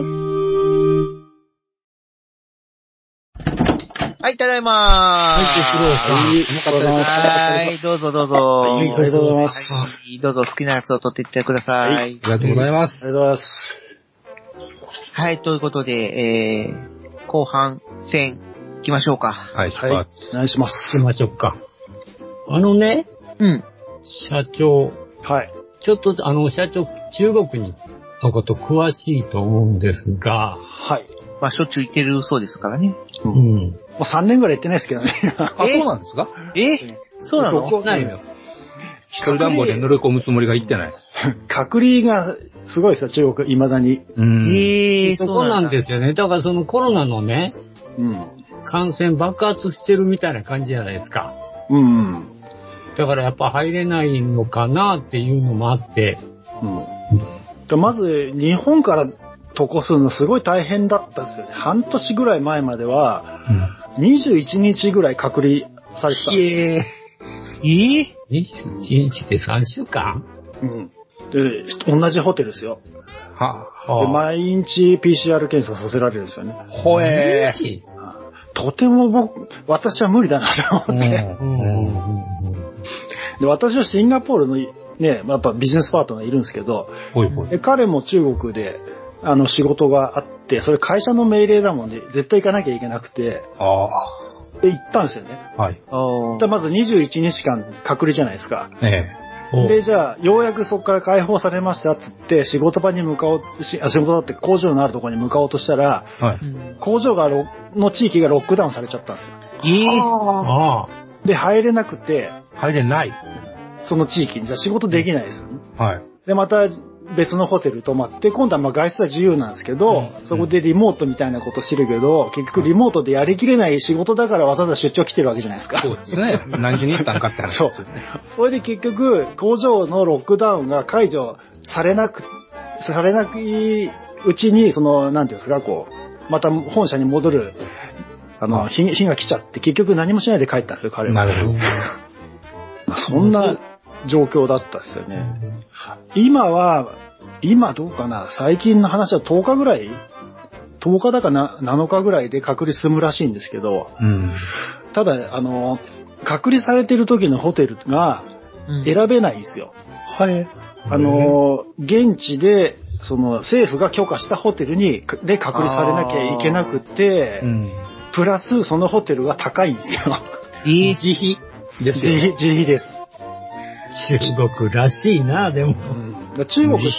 はい、ただいまーす。 はい、 はい、どうぞどうぞ。 はい、ありがとうございます。 はい、どうぞ好きなやつを取っていってください。はい、 ありがとうございます。 ありがとうございます。 はい、ということで、えー、後半戦行きましょうか。 はい、 はい、お願いします。 行きましょうか。あのね、 うん。 社長。 はい。 ちょっとあの、社長、中国にのこと詳しいと思うんですが。 はい。 まあ、しょっちゅう行ってるそうですからね。 うん。 もうさんねんぐらい行ってないですけどね。 あ、そうなんですか？ えそうなの？ どこないの？ 一人暖房で乗り込むつもりが行ってない。 隔離がすごいですよ、中国、未だに。 うん。 えー、そこなんですよね。だからそのコロナのね、 うん。 感染爆発してるみたいな感じじゃないですか。 うん。 だからやっぱ入れないのかなっていうのもあって。 うん。まず、日本から渡航するのすごい大変だったですよね。半年ぐらい前までは、にじゅういちにちぐらい隔離されてた。 えー、えー、にじゅういちにちってさんしゅうかん？ うん。で、同じホテルですよ。 はあ、で毎日 ピーシーアール 検査させられるんですよね。 ほえー。 とても僕、私は無理だなと思って。うんうんうん、で、私はシンガポールのね、やっぱビジネスパートナーいるんですけど、 ほいほいで彼も中国で、あの仕事があって、それ会社の命令だもんで、絶対行かなきゃいけなくて、 あで、行ったんですよね。 はい。 でまずにじゅういちにちかん隔離じゃないですか。 ええ。で、じゃあ、ようやくそこから解放されましたって言って、仕事場に向かおう、し仕事だって工場のあるところに向かおうとしたら、はい、工場がの地域がロックダウンされちゃったんですよ。 えー、 で、入れなくて、 入れないその地域に、じゃあ仕事できないですよね。 はい。 で、また別のホテル泊まって、今度はまあ外出は自由なんですけど、うん、そこでリモートみたいなことしてるけど、結局リモートでやりきれない仕事だからわざわざ出張来てるわけじゃないですか。 そうですね。何時に行ったんかって話ですよね。 そう。それで結局、工場のロックダウンが解除されなく、されないうちに、その、なんていうんですか、こう、また本社に戻る、あの、日、日が来ちゃって、結局何もしないで帰ったんですよ、彼は。 なるほど。そんな状況だったですよね。今は、今どうかな、最近の話はとおかぐらい ?とおかだかななのかぐらいで隔離済むらしいんですけど、うん、ただ、あの、隔離されてる時のホテルが選べないんですよ。 うん、はい。 あの、現地で、その政府が許可したホテルに、で隔離されなきゃいけなくて、うん、プラスそのホテルが高いんですよ。 えー、自費ですよ。自費、自費です。 中国らしいな、でも。 うん、中国って、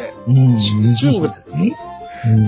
うん、中国って、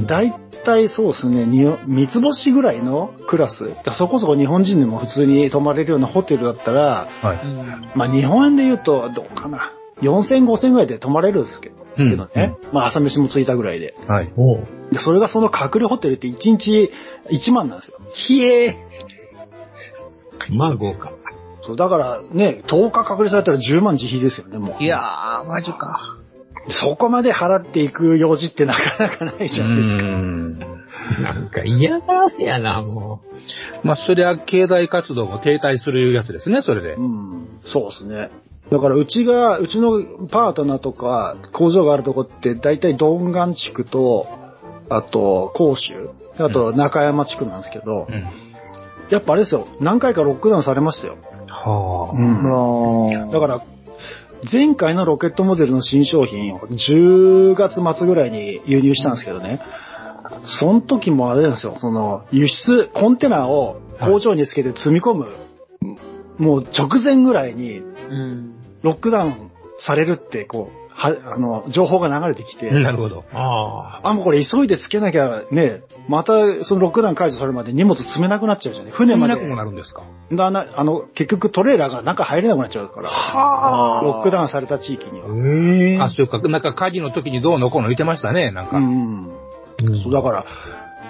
だいたいそうですね、三つ星ぐらいのクラス。そこそこ日本人でも普通に泊まれるようなホテルだったら、はい、まあ日本円で言うと、どうかな。よんせん、ごせんぐらいで泊まれるんですけど、うん、けどね。まあ朝飯もついたぐらいで。はい。で、それがその隔離ホテルっていちにちいちまんなんですよ。 ひえー。まあ豪華。 そう、だからね、とおか隔離されたらじゅうまん自費ですよね、もう。 いやー、マジか。 そこまで払っていく用事ってなかなかないじゃないですか。うーんなんか嫌がらせやな、もう。まあ、そりゃ経済活動も停滞するやつですね、それで。 うん、そうですね。だからうちが、うちのパートナーとか工場があるとこって大体ドンガン地区と、あと甲州、あと中山地区なんですけど、うん、やっぱあれですよ、何回かロックダウンされましたよ。はあ、うん。だから、前回のロケットモデルの新商品をじゅうがつ末ぐらいに輸入したんですけどね。その時もあれなんですよ、その輸出、コンテナを工場につけて積み込む、はい、もう直前ぐらいに、ロックダウンされるって、こう、は、あの、情報が流れてきて。 なるほど。 ああ。あ、もうこれ急いでつけなきゃね、またそのロックダウン解除されるまで荷物積めなくなっちゃうじゃんね。船まで。 積めなくもなるんですか？ だな、あの、結局トレーラーが中入れなくなっちゃうから。はあ。ロックダウンされた地域には。 へえ。あ、そうか。なんか火事の時にどうのこうの言ってましたね、なんか。うん。 うん、そうだから、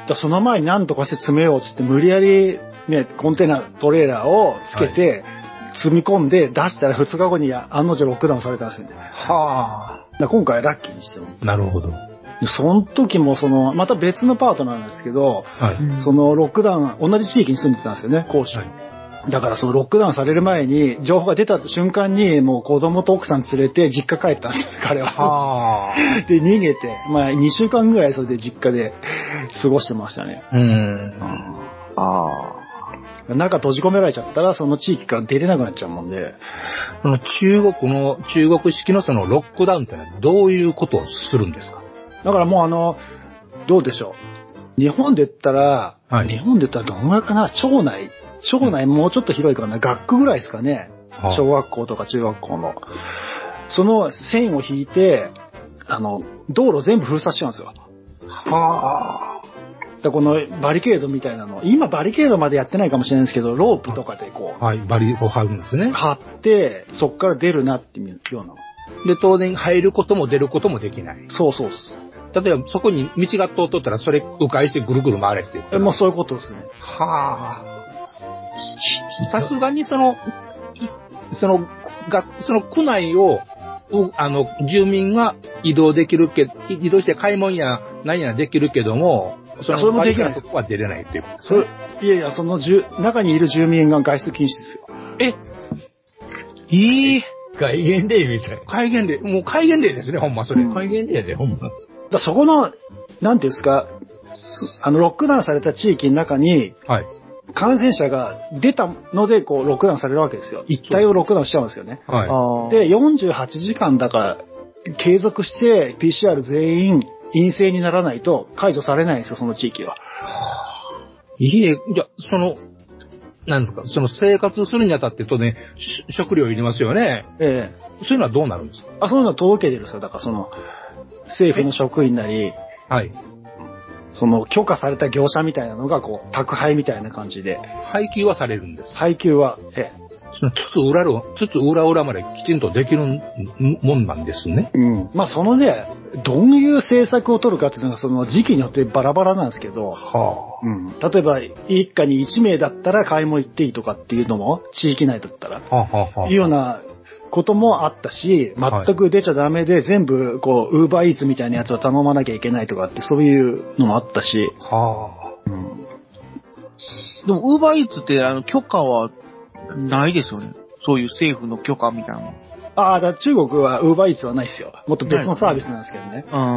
だその前に何とかして詰めようっつって無理やりね、コンテナ、トレーラーをつけて、積み込んで出したらふつかごに案の定ロックダウンされたんですよね。はぁ。だ今回ラッキーにしても。 なるほど。 その時もその、また別のパートナーなんですけど、はい、そのロックダウン、同じ地域に住んでたんですよね、講師。はい、だからそのロックダウンされる前に、情報が出た瞬間にもう子供と奥さん連れて実家帰ったんですよ、彼は。はぁ。で、逃げて、まあにしゅうかんぐらいそれで実家で過ごしてましたね。うん。ああ。中閉じ込められちゃったら、その地域から出れなくなっちゃうもんで。 その中国の、中国式のそのロックダウンってのはどういうことをするんですか？ だからもうあの、どうでしょう。日本で言ったら、はい、日本で言ったらどんぐらいかな、町内、町内もうちょっと広いからな、学区ぐらいですかね。はあ、小学校とか中学校の。その線を引いて、あの、道路全部封鎖しちゃうんですよ。はあ。このバリケードみたいなの、今バリケードまでやってないかもしれないですけど、ロープとかでこう。 はい、バリを張るんですね。 張って、そこから出るなっていうような。 で、当然入ることも出ることもできない。 そうそうそう。 例えばそこに道が通っとったら、それ迂回してぐるぐる回れっていう。 え、もうそういうことですね。 はあ。さすがにその、その、が、その区内を、あの、住民が移動できるけど、移動して買い物や何やできるけども、それもできない。そこは出れないっていうことですね。 いやいや、その住、中にいる住民が外出禁止ですよ。 えいい戒厳令みたいな。 戒厳令。もう戒厳令ですね、ほんまそれ。 戒厳令で、ほんま。 だそこの、なんていうんですか、あの、ロックダウンされた地域の中に、はい。感染者が出たので、こう、ロックダウンされるわけですよ。一体をロックダウンしちゃうんですよね。はい。で、よんじゅうはちじかんだから、継続して ピーシーアール 全員陰性にならないと解除されないんですよ、その地域は。 いえ、じゃ、その、なんですか、その生活するにあたってとね、食料いりますよね。ええ。そういうのはどうなるんですか？ あ、そういうのは届けてるんですよ。だからその、政府の職員なり、はい。その許可された業者みたいなのがこう宅配みたいな感じで配給はされるんです。 配給は、ええ、 ちょっと裏裏、ちょっと裏裏まできちんとできるもんなんですね。 うん。まあそのね、どういう政策を取るかっていうのはその時期によってバラバラなんですけど、はあ、うん。例えば一家にいち名だったら買い物行っていいとかっていうのも地域内だったら、はあはあはあ、いうようなこともあったし、全く出ちゃダメで全部こうウーバーイーツみたいなやつを頼まなきゃいけないとかってそういうのもあったし、はあ、うん。 でもウーバーイーツってあの許可はないですよね。そういう政府の許可みたいなの。 ああ、だ中国はウーバーイーツはないですよ。もっと別のサービスなんですけどね。うん。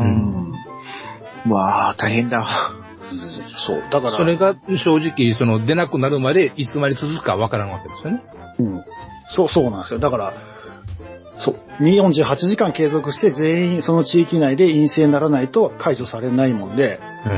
うわあ、大変だ。 そう。だから。 それが正直、その出なくなるまでいつまで続くかわからんわけですよね。 うん。そう、そうなんですよ。だから、そう。よんじゅうはちじかん継続して全員その地域内で陰性にならないと解除されないもんで。うんうん、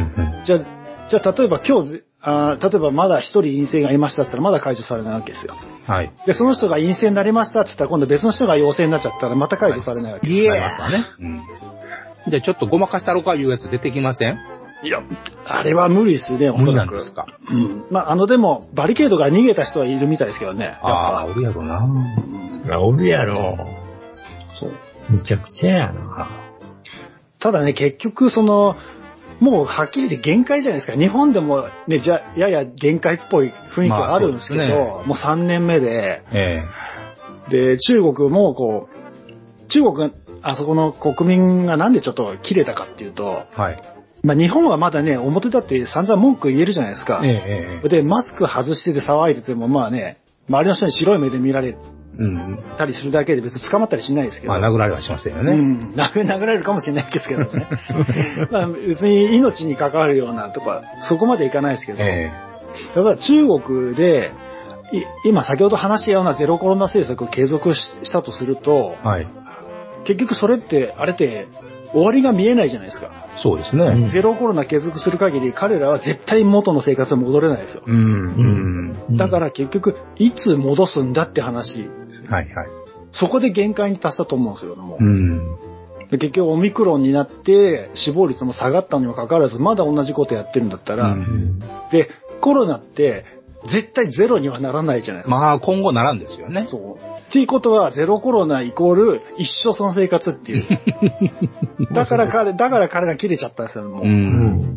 じゃあ、じゃあ例えば今日、あ例えばまだ一人陰性がいましたって言ったらまだ解除されないわけですよ。はい。で、その人が陰性になりましたって言ったら今度別の人が陽性になっちゃったらまた解除されないわけです。 はい、いえますわね。うん。じゃあちょっとごまかしたろかいうやつ出てきません？ いや、あれは無理ですね、おそらく。 無理なんですか。 うん。まあ、あのでも、バリケードから逃げた人はいるみたいですけどね。 ああ、おるやろな。 そりゃおるやろ。そう。むちゃくちゃやな。 ただね、結局その、もうはっきり言って限界じゃないですか。日本でもね、じゃ、やや限界っぽい雰囲気はあるんですけど、まあそうですね、もうさんねんめで、ええ、で、中国もこう、中国が、あそこの国民がなんでちょっと切れたかっていうと、はい。まあ日本はまだね、表立って散々文句言えるじゃないですか。ええ、で、マスク外してて騒いでてもまあね、周りの人に白い目で見られたりするだけで別に捕まったりしないですけど。 まあ殴られはしませんよね。 うん。殴られるかもしれないですけどね。まあ別に命に関わるようなとか、そこまでいかないですけど。ええ、ただ中国で、今先ほど話したようなゼロコロナ政策を継続したとすると、はい、結局それって、あれって終わりが見えないじゃないですか。 そうですね。 ゼロコロナ継続する限り彼らは絶対元の生活に戻れないですよ。うんうん、だから結局いつ戻すんだって話ですね。はいはい。そこで限界に達したと思うんですよ。もう、うん、で結局オミクロンになって死亡率も下がったにもかかわらずまだ同じことやってるんだったら、うん、でコロナって絶対ゼロにはならないじゃないですか。 まあ今後ならんですよね。 そう。っていうことはゼロコロナイコール一生その生活っていう。だから彼、だから彼が切れちゃったんですよ、もう。うん、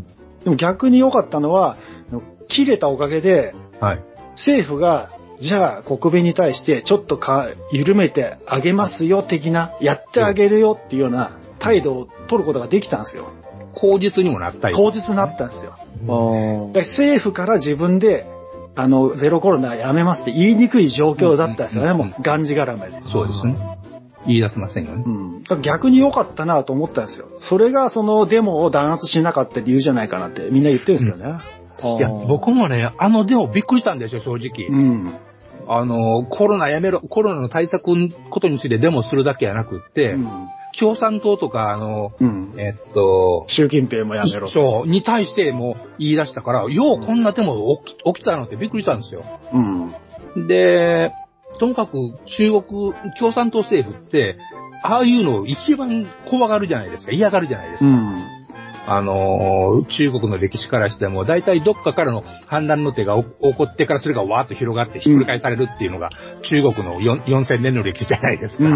でも逆に良かったのは、切れたおかげで、はい、政府が、じゃあ国民に対してちょっとか緩めてあげますよ的な、やってあげるよっていうような態度を取ることができたんですよ。 口実にもなったり、 口実になったんですよ。で政府から自分で、あの、ゼロコロナやめますって言いにくい状況だったんですよね、うんうんうん、もう、がんじがらめで。 そうですね。言い出せませんよね。 うん。だから逆に良かったなと思ったんですよ。それがそのデモを弾圧しなかった理由じゃないかなってみんな言ってるんですけどね。 うん、いや、僕もね、あのデモびっくりしたんですよ、正直。うん。あの、コロナやめろ、コロナの対策のことについてデモするだけじゃなくって、うん、共産党とか、あの、うん、えっと、 習近平もやめろ。 そう、に対しても言い出したから、ようこんなデモ起き、起きたのってびっくりしたんですよ。うん。で、ともかく中国共産党政府って、ああいうのを一番怖がるじゃないですか。嫌がるじゃないですか。うん、あの、中国の歴史からしても、大体どっかからの反乱の手が起こってからそれがわーっと広がってひっくり返されるっていうのが、中国のよんせんねんの歴史じゃないですか。うん、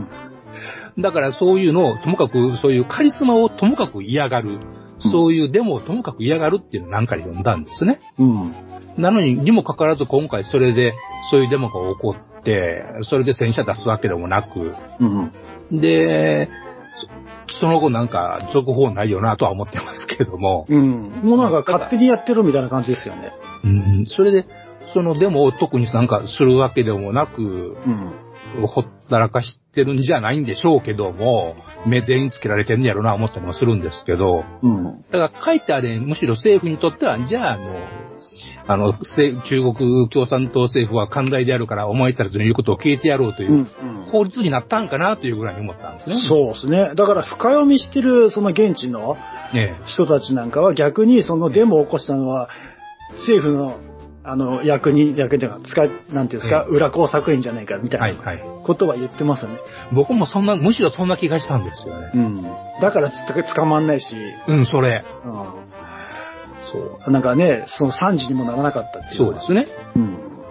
だからそういうのを、ともかくそういうカリスマをともかく嫌がる。そういうデモをともかく嫌がるっていうのを何回読んだんですね。うん。なのに、にもかかわらず今回それで、そういうデモが起こって、それで戦車出すわけでもなく、うん、で、その後なんか続報ないよなとは思ってますけども。 うん。もうなんか勝手にやってるみたいな感じですよね。 うん。それで、そのデモを特になんかするわけでもなく、うん。ほったらかしてるんじゃないんでしょうけども、目手につけられてんやろな思ったりもするんですけど、うん、だからかえってあれ、むしろ政府にとっては、じゃああの、あの、中国共産党政府は寛大であるからお前たちの言うことを聞いてやろうという法律になったんかなというぐらいに思ったんですね。 そうですね。だから深読みしてるその現地の人たちなんかは逆にそのデモを起こしたのは政府のあの、役に、役では使い、なんていうんですか、ええ、裏工作員じゃないか、みたいなことは言ってますよね。はいはい、 僕もそんな、むしろそんな気がしたんですよね。 うん。だからつ、捕まんないし。 うん、それ。 うん。そう。なんかね、その惨事にもならなかったっていう。 そうですね。うん。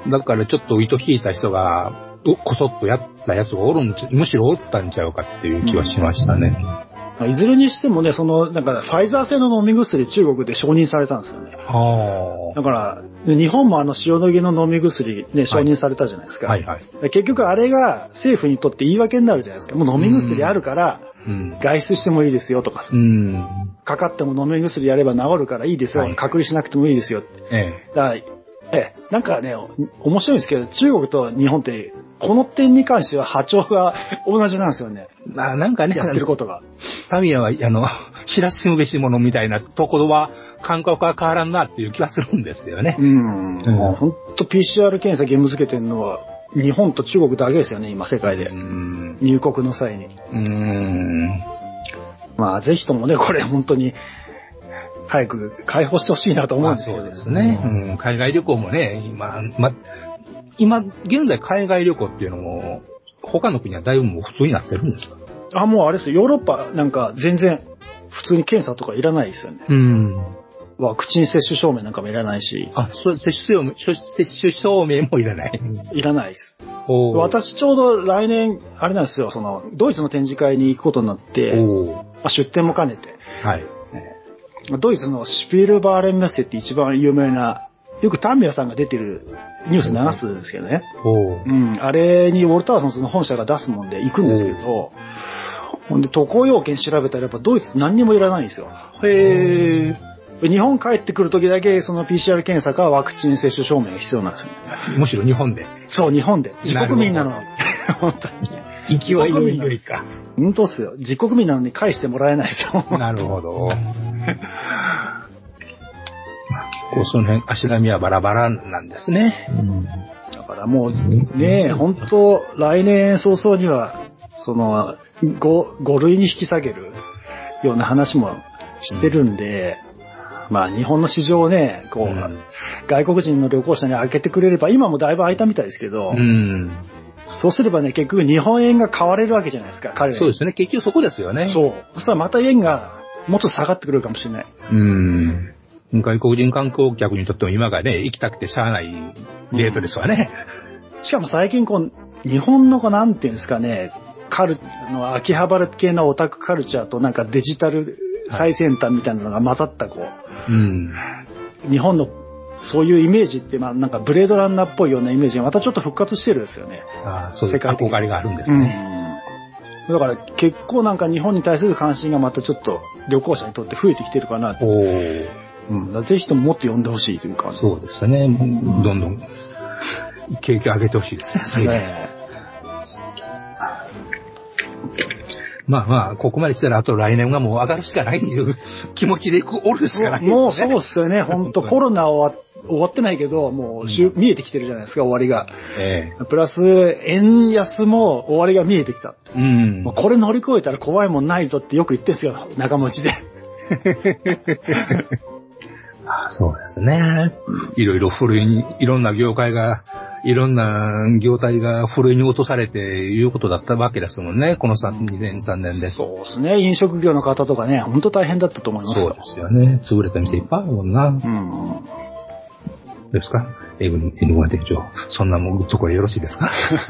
だからちょっと糸引いた人が、こそっとやったやつがおるんち、むしろおったんちゃうかっていう気はしましたね。 うん、いずれにしてもね、その、なんか、ファイザー製の飲み薬中国で承認されたんですよね。はあ。だから、日本もあの塩野義の飲み薬ね、承認されたじゃないですか。はいはいはい、結局あれが政府にとって言い訳になるじゃないですか。もう飲み薬あるから、外出してもいいですよとかさ。うん、かかっても飲み薬やれば治るからいいですよ。はい、隔離しなくてもいいですよって。ええ。だから、ええ、なんかね、面白いんですけど、中国と日本って、この点に関しては波長が同じなんですよね。 な、なんかね、 やってることが。 タミヤは、あの、知らしむべしものみたいなところは、感覚は変わらんなっていう気がするんですよね。うん。 うん、もうほんと ピーシーアール 検査義務付けてるのは、日本と中国だけですよね、今世界で。うん、入国の際に。うん。まあ、ぜひともね、これ本当に、早く解放してほしいなと思うんですよ、ね。 そうですね、うん。海外旅行もね、今、ま、今、現在海外旅行っていうのも、他の国はだいぶもう普通になってるんですか？ あ、もうあれですよ。ヨーロッパなんか全然普通に検査とかいらないですよね。うん。ワクチン接種証明なんかもいらないし。 あ、そう、接種証明、接種証明もいらない。 いらないです。私ちょうど来年、あれなんですよ、その、ドイツの展示会に行くことになって、あ、出展も兼ねて。はい。ドイツのシュピルバーレンメッセって一番有名な、よくタンミヤさんが出てるニュース流すんですけどね。うん。あれにウォルターソンの本社が出すもんで行くんですけど、ほんで渡航要件調べたらやっぱドイツ何にもいらないんですよ。へー。日本帰ってくるときだけその ピーシーアール 検査かワクチン接種証明が必要なんですよ。 むしろ日本で。 そう、日本で。自国民なの。本当に。勢いのよりか。 本当っすよ。自国民なのに返してもらえないですよ。 なるほど。結構その辺足並みはバラバラなんですね。うん、 だからもうね、本当来年早々にはその 5, 5類に引き下げるような話もしてるんで、うん、まあ日本の市場をね、こう、うん、外国人の旅行者に開けてくれれば今もだいぶ開いたみたいですけど、うん、そうすればね結局日本円が買われるわけじゃないですか彼ら。 そうですね、結局そこですよね。 そう。そしたらまた円がもっと下がってくるかもしれない。うん。 外国人観光客にとっても今がね、行きたくてしゃあないレートですわね。 うん、しかも最近こう、日本のこうなんていうんですかね、カル、の秋葉原系のオタクカルチャーとなんかデジタル最先端みたいなのが混ざったこう、 うん、 日本のそういうイメージって、まあなんかブレードランナーっぽいようなイメージがまたちょっと復活してるんですよね。 ああ、そういう憧れがあるんですね。 うん、だから結構なんか日本に対する関心がまたちょっと旅行者にとって増えてきてるかなと。うん、ぜひとももっと呼んでほしいというか。 そうですね。どんどん景気上げてほしいですね。それでまあまあ、ここまで来たらあと来年がもう上がるしかないっていう気持ちでおるしかないですね。 もうそうですよね。本当コロナ終わ終わってないけど、もう、うん、見えてきてるじゃないですか、終わりが。ええ、プラス、円安も終わりが見えてきた。うん、もうこれ乗り越えたら怖いもんないぞってよく言ってんすよ、仲間内で。 ああ、そうですね。いろいろふるいに、いろんな業界が、いろんな業態がふるいに落とされていうことだったわけですもんね、このにねん、さんねんで。 そうですね。飲食業の方とかね、本当大変だったと思いますよ。 そうですよね。潰れた店いっぱいあるもんな。うん。どうですか？エグマ店長。そんなもんところよろしいですか？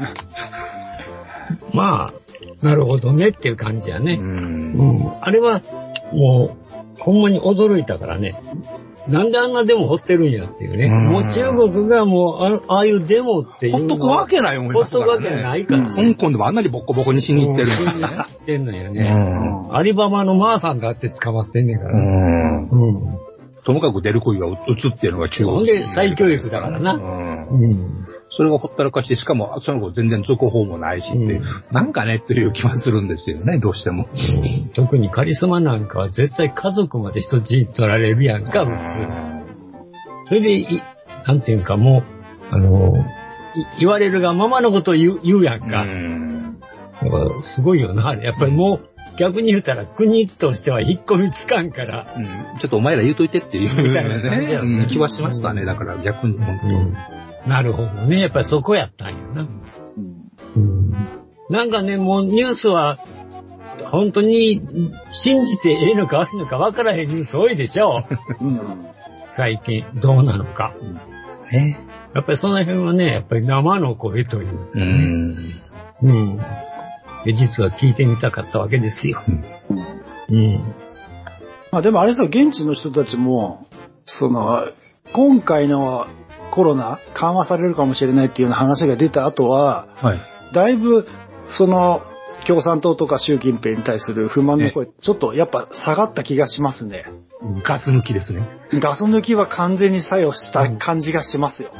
まあ、なるほどねっていう感じやね。うん。うん。あれは、もう、ほんまに驚いたからね。なんであんなデモ掘ってるんやっていうね。うもう中国がもう あ, ああいうデモっていうのほっとくわけない思いますからね。 ほっとくわけないから、 ね。香港でもあんなにボッコボコにしに行ってるのに、ね。行ってんのよね。うん、アリババのマーさんだって捕まってんねんから。うんうん、ともかく出る杭が映ってるのが中国。 ほんで再教育だからな。うんうん、それがほったらかして、しかもその後全然続報もないしっていう、うん、なんかねっていう気はするんですよね、どうしても。 特にカリスマなんかは絶対家族まで人質取られるやんか、普通。それで、い、なんていうかもう、あの、言われるがままのことを言う、言うやんか。うん。だから、すごいよな。やっぱりもう、逆に言うたら国としては引っ込みつかんから。 うん。ちょっとお前ら言うといてっていうみたいなね、うん、気はしましたね。だから逆に本当、うん。 なるほどね。やっぱりそこやったんやな。うん。うん、なんかね、もうニュースは、本当に信じてええのか悪いのか分からへんニュース多いでしょ。うん最近どうなのか、うんね、やっぱりその辺はねやっぱり生の声という、ね、うんうんで実は聞いてみたかったわけですよ、うんうん、 まあでもあれですよ現地の人たちもその今回のコロナ緩和されるかもしれないっていうような話が出た後は、はい、だいぶその共産党とか習近平に対する不満の声ちょっとやっぱ下がった気がしますね。 ガス抜きですね。 ガス抜きは完全に作用した感じがしますよ。うん。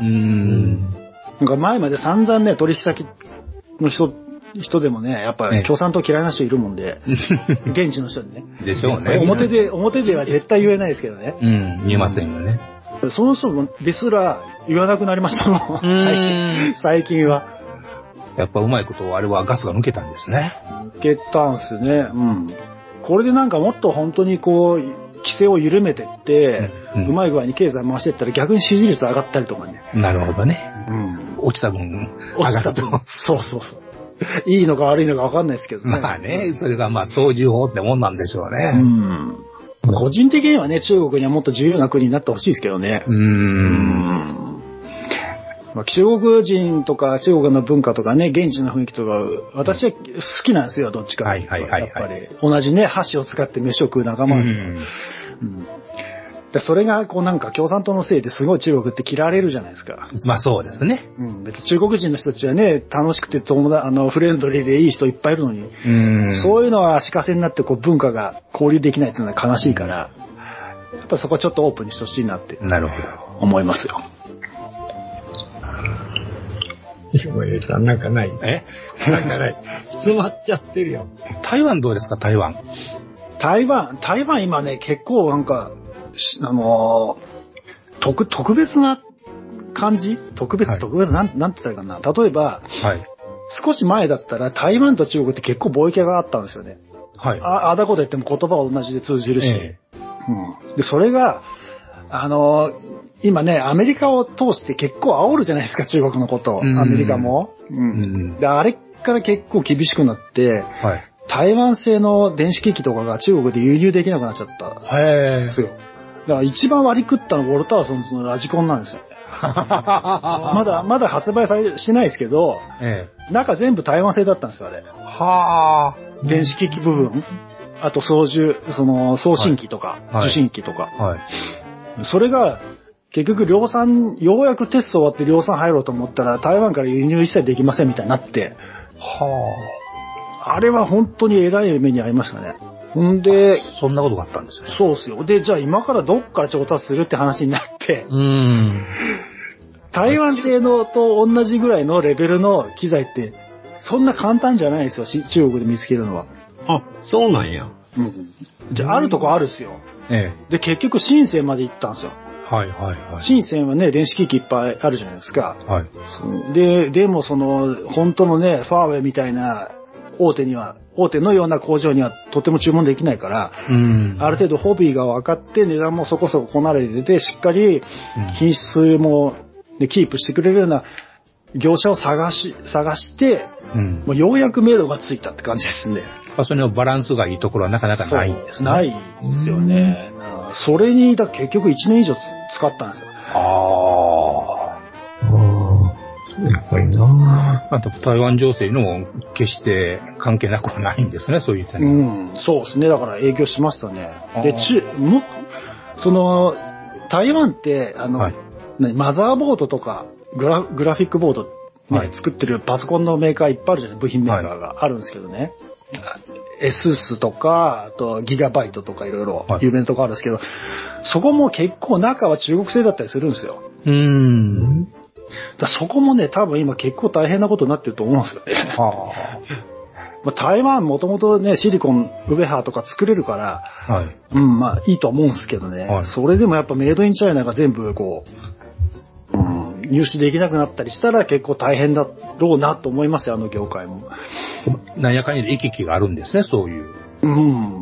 なんか前まで散々ね、取引先の人、人でもね、やっぱ共産党嫌いな人いるもんで、現地の人にね。 でしょうね。 表で、表では絶対言えないですけどね。 うん、言えませんよね。 その人ですら言わなくなりましたもん、最近。最近は。 やっぱうまいことあれはガスが抜けたんですね。 抜けたんすね。うん。これでなんかもっと本当にこう、規制を緩めてって、うんうん、うまい具合に経済回していったら逆に支持率上がったりとかね。 なるほどね。うん。落ちた分上がると。 そうそうそう。いいのか悪いのか分かんないですけどね。 まあね、それがまあ操縦法ってもんなんでしょうね。うん。 個人的にはね、中国にはもっと自由な国になってほしいですけどね。うーん。うんまあ、中国人とか中国の文化とかね、現地の雰囲気とか、私は好きなんですよ、どっちか。はいはいはい、はい。やっぱり、同じね、箸を使って飯を食う仲間なんですよ。うんうん、でそれが、こうなんか共産党のせいですごい中国って嫌われるじゃないですか。 まあそうですね。 うん。別に中国人の人たちはね、楽しくて友達、あの、フレンドリーでいい人いっぱいいるのに、うんそういうのは足かせになってこう文化が交流できないっていうのは悲しいから、やっぱそこはちょっとオープンにしてほしいなって。 なるほど。 思いますよ。 もえさんなんかないえなんかない。詰まっちゃってるよ。 台湾どうですか台湾。 台湾、台湾今ね、結構なんか、あのー、特、特別な感じ特別、はい、特別、なん、なんて言ったらいいかな。例えば、はい、少し前だったら台湾と中国って結構貿易があったんですよね。はい。あ、あだこと言っても言葉は同じで通じるし。えー、うん。で、それが、あのー、今ね、アメリカを通して結構煽るじゃないですか、中国のことを。アメリカも。うん。うん、で、あれから結構厳しくなって、はい、台湾製の電子機器とかが中国で輸入できなくなっちゃったんですよ。だから一番割り食ったのがウォルターソンズのラジコンなんですよね。まだ、まだ発売され、しないですけど、ええ、中全部台湾製だったんですよ、あれ。はぁ。電子機器部分。あと操縦、その送信機とか、はい、受信機とか。はいそれが、結局量産、ようやくテスト終わって量産入ろうと思ったら、台湾から輸入一切できませんみたいになって、はあ。あれは本当に偉い目に遭いましたね。ほんで、 そんなことがあったんですね。 そうですよ。で、じゃあ今からどっから調達するって話になって、うーん。台湾製のと同じぐらいのレベルの機材って、そんな簡単じゃないですよ、中国で見つけるのは。 あ、そうなんや。 うん。じゃあ、あるとこあるっすよ。 ええ。 で、結局、深センまで行ったんですよ。 はいはいはい。 深センはね、電子機器いっぱいあるじゃないですか。 はい。 で、でもその、本当のね、ファーウェイみたいな大手には、大手のような工場にはとても注文できないから、うん、ある程度ホビーが分かって値段もそこそここなれてて、しっかり品質も、でキープしてくれるような業者を探し、探して、うん、もうようやく明度がついたって感じですね。 それのバランスがいいところはなかなかないんですね。 ないですよね。うん、それにだ結局いちねん以上使ったんですよ。ああ。やっぱりなあと台湾情勢にも決して関係なくはないんですね、そういう点。 うん、そうですね。だから営業しましたね。で、ち、も、その、台湾って、あの、はい、マザーボードとかグラ、グラフィックボード、ね、はい、作ってるパソコンのメーカーいっぱいあるじゃない、部品メーカーがあるんですけどね。はい、エスーエス とか、あとギガバイトとかいろいろ有名なとこあるんですけど、はい、そこも結構中は中国製だったりするんですよ。うーん。だそこもね、多分今結構大変なことになってると思うんですよね。はあまあ、台湾もともとね、シリコン、ウベハーとか作れるから、はい、うん、まあいいと思うんですけどね、はい、それでもやっぱメイドインチャイナが全部こう、うん、入手できなくなったりしたら結構大変だろうなと思いますよ、あの業界も。 なんやかんやで行き来があるんですね、そういう。 うん、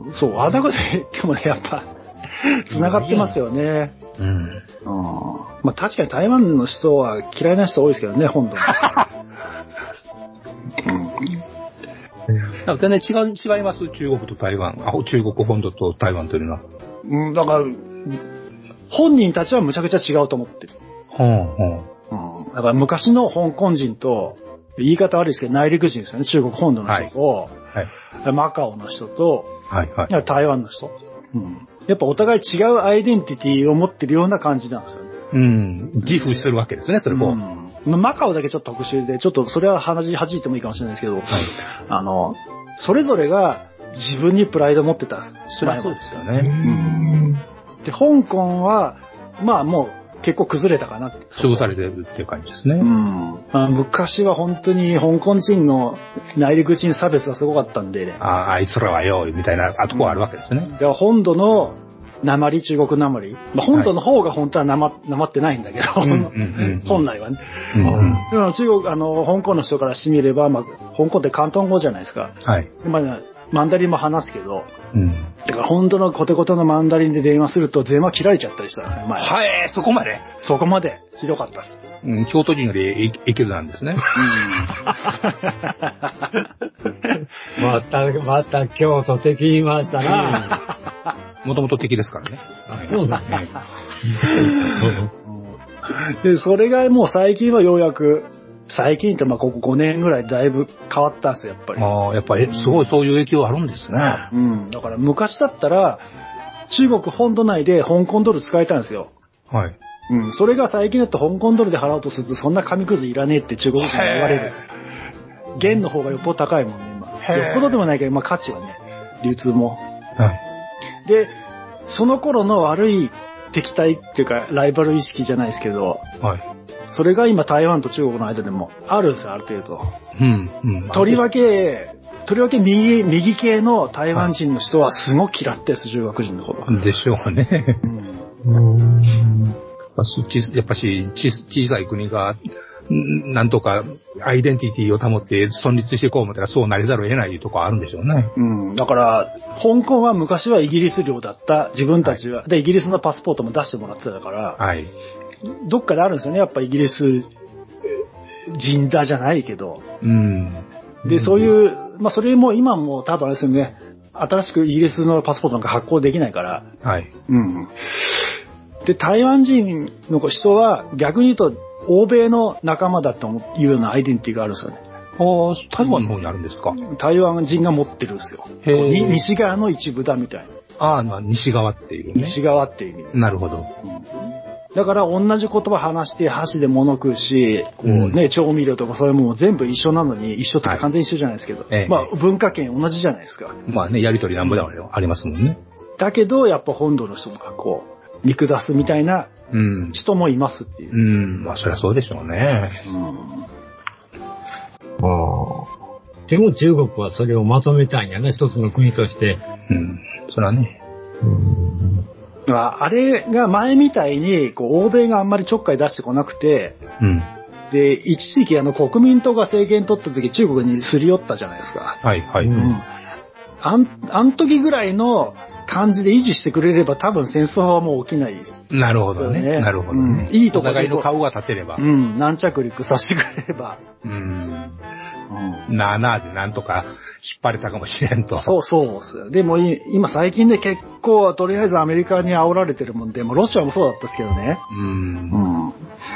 そう、あだこで言ってもね、やっぱ、繋がってますよね。うん。うん、まあ確かに台湾の人は嫌いな人多いですけどね、本土に。 うん、全然違う、違います中国と台湾。あ、中国本土と台湾というのは。 うん、だから、本人たちはむちゃくちゃ違うと思ってる。うん、うん。だから昔の香港人と、言い方悪いですけど内陸人ですよね、中国本土の人と、はいはい、マカオの人と、はいはい、台湾の人。うん、やっぱお互い違うアイデンティティを持ってるような感じなんですよね。 うん。自負するわけですね、それも。 うん、マカオだけちょっと特殊で、ちょっとそれは弾いてもいいかもしれないですけど、はい、あの、それぞれが自分にプライドを持ってた。 そりゃそうですよね。うん、 で、香港は、まあもう結構崩れたかなって。 潰されてるっていう感じですね。 うん。まあ、昔は本当に香港人の内陸人差別がすごかったんで、ね。 ああ、あいつらはよ、みたいなとこあるわけですね。 うん、で本土の鉛、中国鉛。まあ、本土の方が本当はなま、なまってないんだけど、はい、本来はね。うんうん、でも中国、あの、香港の人からしてみれば、まあ、香港って広東語じゃないですか。はい。まあ、マンダリンも話すけど、うん。だから本当のコテコテのマンダリンで電話すると電話切られちゃったりしたんですね、前。 はい、そこまでそこまで。ひどかったです。 うん、京都人よりいけずなんですね。 うん。また、また京都敵言いましたな。 もともと敵ですからね。 あ、そうだね。 で、それがもう最近はようやく、最近ってまあここごねんぐらいだいぶ変わったんですよ、やっぱり。 ああ、やっぱりすごいそういう影響あるんですね。 うん。だから昔だったら、中国本土内で香港ドル使えたんですよ。はい。うん。それが最近だと香港ドルで払おうとすると、そんな紙くずいらねえって中国人に言われる。元の方がよっぽど高いもんね、今。よっぽどでもないけど、まあ価値はね、流通も。はい。で、その頃の悪い敵対っていうか、ライバル意識じゃないですけど、はい。それが今台湾と中国の間でもあるんですよ、ある程度。うん。うん、とりわけ、とりわけ右、右系の台湾人の人はすごく嫌ってです、中国人のこと。 でしょうね。うん。うんやっぱし、小さい国が、なんとかアイデンティティを保って存立していこう思ったらそうなりざるを得ないとこあるんでしょうね。 うん。だから、香港は昔はイギリス領だった。自分たちは、はい、で、イギリスのパスポートも出してもらってたから、はい。どっかであるんですよね。やっぱイギリス人だじゃないけど。うん。で、そういう、まあそれも今も多分あれですよね。新しくイギリスのパスポートなんか発行できないから。はい。うん。で、台湾人の人は逆に言うと欧米の仲間だというようなアイデンティティがあるんですよね。 ああ、台湾の方にあるんですか？ 台湾人が持ってるんですよ。西側の一部だみたいな。 ああ、まあ、西側っていうね。 西側っていう意味で。なるほど。 だから同じ言葉話して箸で物食うし、こうね、うん、調味料とかそういうもの全部一緒なのに、一緒とか完全に一緒じゃないですけど、はい、まあ文化圏同じじゃないですか。 まあね、やりとりなんぼでもありますもんね。 だけど、やっぱ本土の人とかこう、見下すみたいな人もいますっていう。 うん、うん、まあそりゃそうでしょうね。うん、 あでも中国はそれをまとめたんやね、一つの国として。 うん、それはね。 うんあれが前みたいに、こう、欧米があんまりちょっかい出してこなくて、うん、で、一時期あの国民党が政権取った時中国にすり寄ったじゃないですか。 はい、はい。うん、 あん、あん時ぐらいの感じで維持してくれれば多分戦争はもう起きないですよね。 なるほどね。なるほどね。 うん、いいところで。お互いの顔が立てれば。 うん、軟着陸させてくれれば。 うん。うん、なあなあでなんとか引っ張れたかもしれんと。 そうそうですよ。でも今最近で結構とりあえずアメリカに煽られてるもんで、もロシアもそうだったですけどね。うん。うん。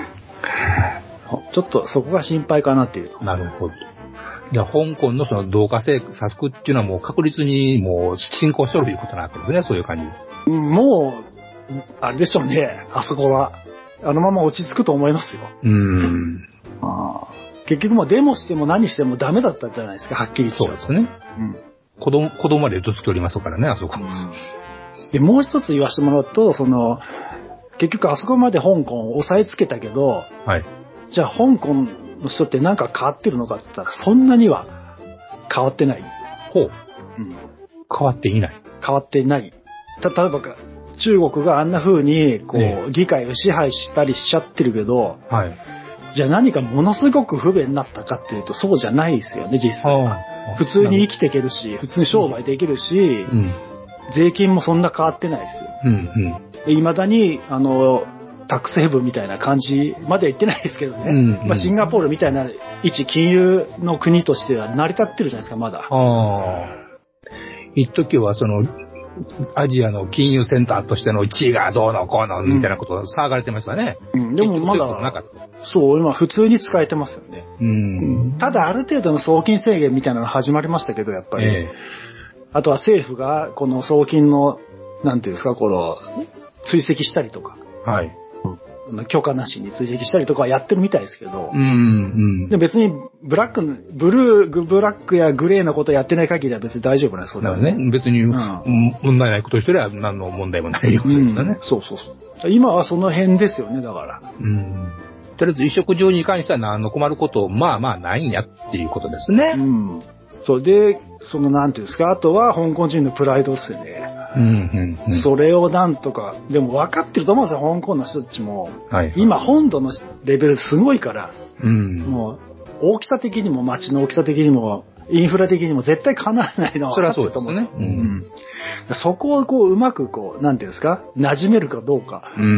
ちょっとそこが心配かなっていう。 なるほど。じゃあ香港のその同化政策っていうのはもう確実にもう進行しとるということになってるんですね、そういう感じ。もう、あれでしょうね、あそこは。あのまま落ち着くと思いますよ。うん。あ結局もうデモしても何してもダメだったじゃないですか、はっきり言って。 そうですね。うん。子供、子供までどつきおりますからね、あそこ。うん、 で、もう一つ言わせてもらうと、その、結局あそこまで香港を押さえつけたけど、はい。じゃあ香港の人って何か変わってるのかって言ったら、そんなには変わってない。 ほう。うん。変わっていない。 変わっていない。た、例えばか、中国があんな風に、こう、ね、議会を支配したりしちゃってるけど、はい。じゃあ何かものすごく不便になったかっていうとそうじゃないですよね、実際は。普通に生きていけるし、普通に商売できるし、うん、税金もそんな変わってないですよ。うんうん、で未だに、あの、タックスヘブンみたいな感じまでは言ってないですけどね。うんうんまあ、シンガポールみたいな一金融の国としては成り立ってるじゃないですか、まだ。あ一時はその、アジアの金融センターとしての地位がどうのこうのみたいなことを騒がれてましたね。 うん、でもまだ、そう、今普通に使えてますよね。うん、ただある程度の送金制限みたいなの始まりましたけど、やっぱり。えー、あとは政府がこの送金の、なんていうんですか、この、追跡したりとか。はい。許可なしに追跡したりとかはやってるみたいですけど、うんうん、で別にブラック、ブルー、ブラックやグレーなことやってない限りは別に大丈夫なんですよね。ね。別に、うん、問題ないことしてれば何の問題もないようですよね、うん。 そうそうそう。今はその辺ですよね、だから。うん、 とりあえず移植上に関しては何の困ることまあまあないんやっていうことですね。うん。 そうで、そのなんていうんですか、あとは香港人のプライドですよね。うんうんうん、それをなんとか、でも分かってると思うんですよ、香港の人たちも。はいはい、今、本土のレベルすごいから、うん、もう、大きさ的にも街の大きさ的にも、インフラ的にも絶対かなわないのは分かってると思うんですよ。それはそうですね。うんうん、そこをこう、うまくこう、なんていうんですか、馴染めるかどうか。うん。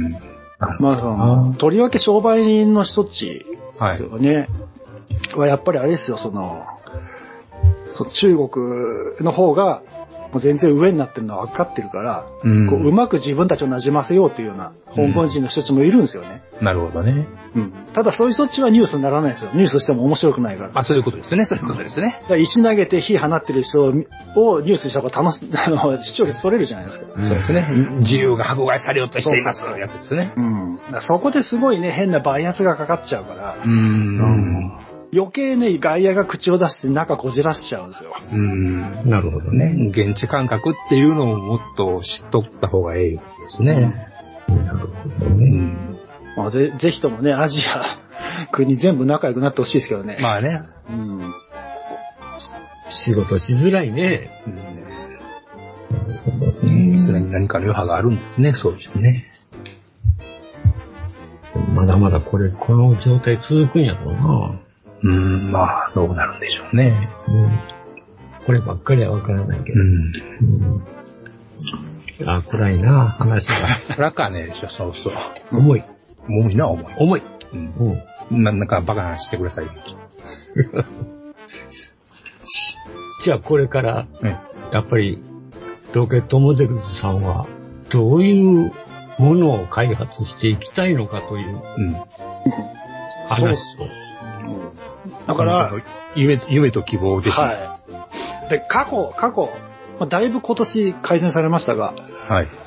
まあ、とりわけ商売人の人たちですよね。はい、はやっぱりあれですよ、その、そ中国の方が、もう全然上になってるのは分かってるから、うん、こううまく自分たちを馴染ませようというような香港人の人たちもいるんですよね。 うん、なるほどね。 うん。ただそういう人たちはニュースにならないですよ。ニュースとしても面白くないから。 あ、そういうことですね。そういうことですね。 だから石投げて火放ってる人をニュースにした方が楽し、あの、視聴率取れるじゃないですか。 うん、そうですね。自由が迫害されようとしています。やつですね。 うん。だそこですごいね、変なバイアスがかかっちゃうから。うん。うん余計ね、外野が口を出して中こじらせちゃうんですよ。 うーん。なるほどね。現地感覚っていうのをもっと知っとった方がいいですね。うん、なるほどね。 うんまあ、でぜひともね、アジア、国全部仲良くなってほしいですけどね。 まあね。うん。 仕事しづらいね。 うん。それに何かの余波があるんですね、そういうね。 まだまだこれ、この状態続くんやろうな。 うーん、まあ、どうなるんでしょうね。うん、 こればっかりはわからないけど。うんうん、あ、暗いな、話が。 暗かねえでしょ、そうそう。 重い。 重いな、重い。 重い。 うんうん、な, なんかバカな話してくださいよ。 じゃあこれから、ね、やっぱり、ロケットモデルズさんは、どういうものを開発していきたいのかという、うん、話を。 だから、 夢、夢と希望で。 はい。で、過去、過去、まあ、だいぶ今年改善されましたが、はい。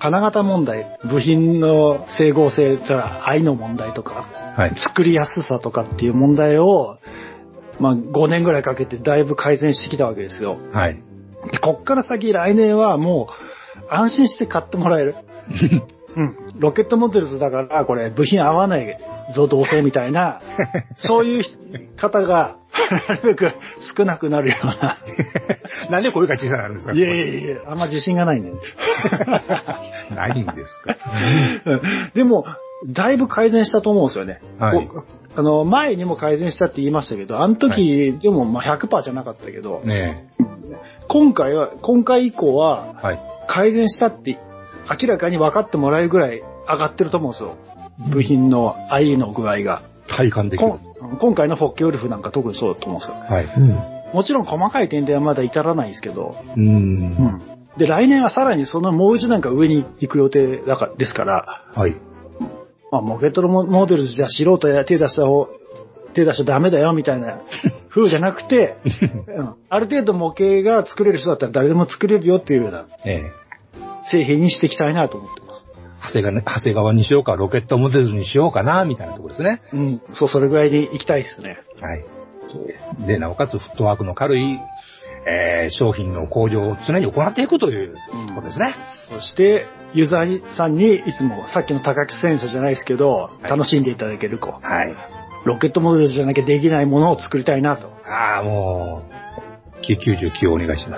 金型問題、部品の整合性とか愛の問題とか、はい、作りやすさとかっていう問題を、まあごねんぐらいかけてだいぶ改善してきたわけですよ。はい。でこっから先来年はもう安心して買ってもらえる。うん。ロケットモデルズだからこれ部品合わないぞどうせみたいな、そういう方がなるべく少なくなるような。 なんで声が小さくなるんですか？ いやいやいや、あんま自信がないんで。 ないんですか？ でも、だいぶ改善したと思うんですよね。 はい。 あの、前にも改善したって言いましたけど、あの時でもまあ ひゃくパーセント じゃなかったけど、ねえ、今回は、今回以降は、改善したって明らかに分かってもらえるぐらい上がってると思うんですよ。部品の愛の具合が。 体感できる。 今回のフォッケウルフなんか特にそうだと思うんですよ。はい。うん、もちろん細かい点ではまだ至らないですけど、うん、うん。で、来年はさらにそのもう一段階上に行く予定だから、ですから、はい。まあ、モケットのモデルじゃ素人や手出した方、手出しちゃダメだよみたいな風じゃなくて、うん、ある程度模型が作れる人だったら誰でも作れるよっていうような製品にしていきたいなと思ってます。 長谷川、長谷川にしようか、ロケットモデルにしようかな、みたいなところですね。 うん。そう、それぐらいで行きたいですね。 はい。そうで、なおかつフットワークの軽い、えー、商品の向上を常に行っていくということですね。 うん、そして、ユーザーさんにいつもさっきの高木戦車じゃないですけど、はい、楽しんでいただけるこう。はい。ロケットモデルじゃなきゃできないものを作りたいなと。 ああ、もう、きゅうじゅうきゅうお願いします。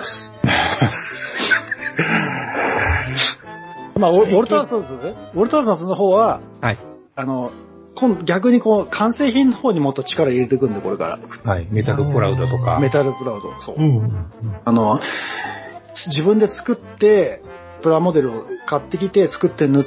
まあ、ウォルターソンズウォルターソンズの方は、はい。あの、今逆にこう、完成品の方にもっと力入れていくんで、これから。 はい。メタルプラウドとか。 メタルプラウド、そう。うん。あの、自分で作って、プラモデルを買ってきて、作って塗って、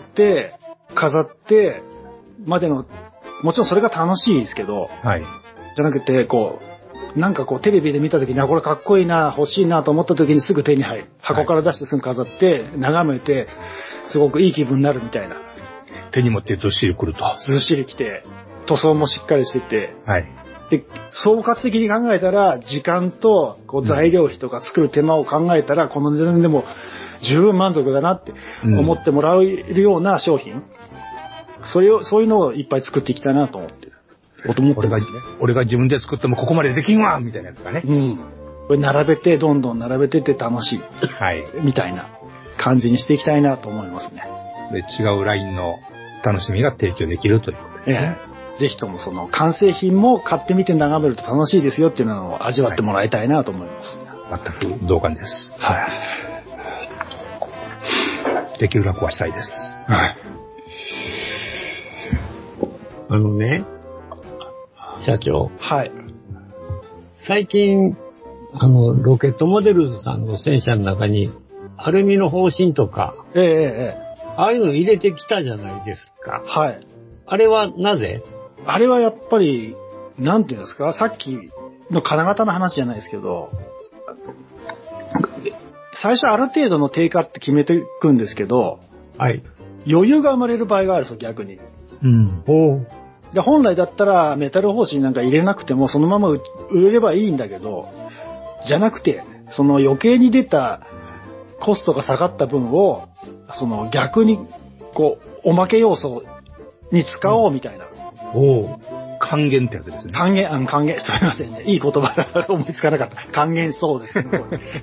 飾って、までの、もちろんそれが楽しいですけど、はい。じゃなくて、こう、なんかこうテレビで見た時に、あ、これかっこいいな、欲しいなと思った時にすぐ手に入る。箱から出してすぐ飾って、眺めて、すごくいい気分になるみたいな。 手に持ってずっしりくると。 ずっしり来て、塗装もしっかりしてて、はい。で、総括的に考えたら、時間とこう材料費とか作る手間を考えたら、うん、この値段でも十分満足だなって思ってもらえるような商品、うん、それを、そういうのをいっぱい作っていきたいなと思ってる。 思ってますね。俺が自分で作ってもここまでできんわみたいなやつがね。うん。 これ並べて、どんどん並べてって楽しい。はい。みたいな感じにしていきたいなと思いますね。 で、違うラインの楽しみが提供できるということで、ね。 ええ。ぜひともその完成品も買ってみて眺めると楽しいですよっていうのを味わってもらいたいなと思います。 はい、全く同感です。はい。できる楽はしたいです。はい。 あのね、社長。 はい。 最近、あの、ロケットモデルズさんの戦車の中に、アルミの方針とか、ええええ、ああいうの入れてきたじゃないですか。はい。あれはなぜ？ あれはやっぱり、なんていうんですか、さっきの金型の話じゃないですけど、最初ある程度の定価って決めていくんですけど、はい。余裕が生まれる場合があるんですよ、逆に。うん。おで本来だったらメタル方針なんか入れなくてもそのまま売れればいいんだけど、じゃなくて、その余計に出たコストが下がった分を、その逆に、こう、おまけ要素に使おうみたいな。 うん、お還元ってやつですね。 還元、あの還元、すみませんね。いい言葉が思いつかなかった。還元そうですね。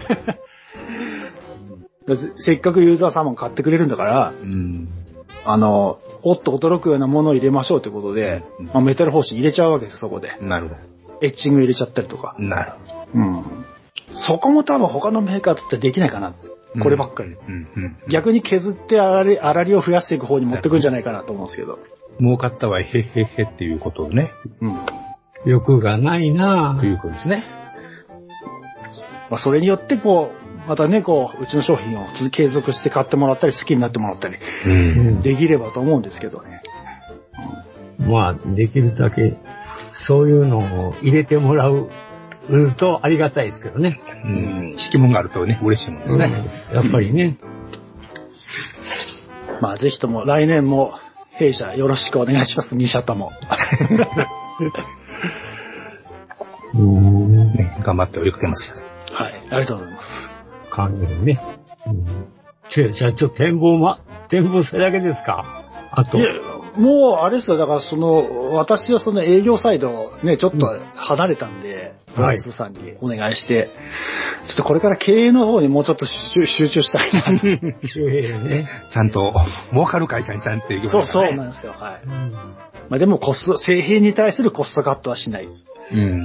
せっかくユーザー様も買ってくれるんだから、うん、あの、おっと驚くようなものを入れましょうということで、うん、まあ、メタル方針入れちゃうわけです、そこで。 なるほど。 エッチング入れちゃったりとか。なるほど。うん。そこも多分他のメーカーだったらできないかな。こればっかり。うんうんうん、逆に削ってあらり、あらりを増やしていく方に持ってくんじゃないかなと思うんですけど。 儲かったわ、へっへっへっていうことをね。 うん。欲がないなぁ。 ということですね。 まあ、それによってこう、またね、こう、うちの商品を継続して買ってもらったり、好きになってもらったり、うん、できればと思うんですけどね。 うん、まあ、できるだけ、そういうのを入れてもらう。売るとありがたいですけどね。 うん。敷物があるとね、嬉しいもんですね。 うん、やっぱりね。 まあ、ぜひとも来年も弊社よろしくお願いします。に社とも。 うん、ね、頑張っておりくてます。 はい。ありがとうございます。 還元ね。うん。じゃあ、ちょっと展望は展望するだけですか？あと。 いや、もう、あれですよ、だからその、私はその営業サイド、ね、ちょっと離れたんで、ブライスさんにお願いして、ちょっとこれから経営の方にもうちょっと集中したいな。 ね、ちゃんと、儲かる会社にちゃんと行く、ね、 そうそうなんですよ、はい。うん、まあでもコスト、製品に対するコストカットはしないです。うん。うん。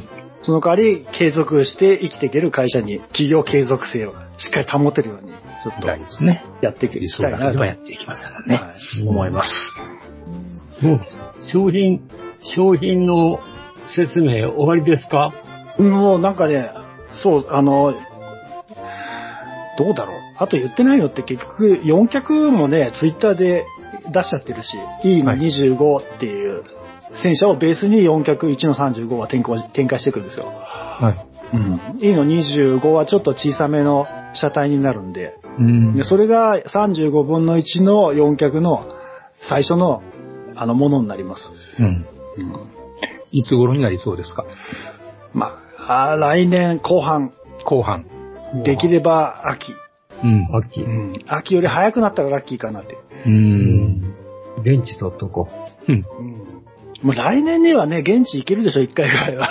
その代わり、継続して生きていける会社に、企業継続性をしっかり保てるように、ちょっと、やっていきたいなと。 やっていきますからね。はい、 思います。 もう、商品、商品の説明終わりですか？ もうなんかね、そう、あの、どうだろう。あと言ってないのって結局、よん脚もね、ツイッターで出しちゃってるし、E のにじゅうごっていう、はい、戦車をベースによん脚いちのさんじゅうごは展開、展開していくんですよ。はい。うん。E のにじゅうごはちょっと小さめの車体になるんで、うん、でそれがさんじゅうごぶんのいちのよん脚の最初のあのものになります。うん。うん、 いつ頃になりそうですか？ まあ、来年後半。 後半。 できれば秋。 うん。秋。 うん。秋より早くなったらラッキーかなって。 うん。現地取っとこう。うん。 もう来年にはね、現地行けるでしょ、一回ぐらいは。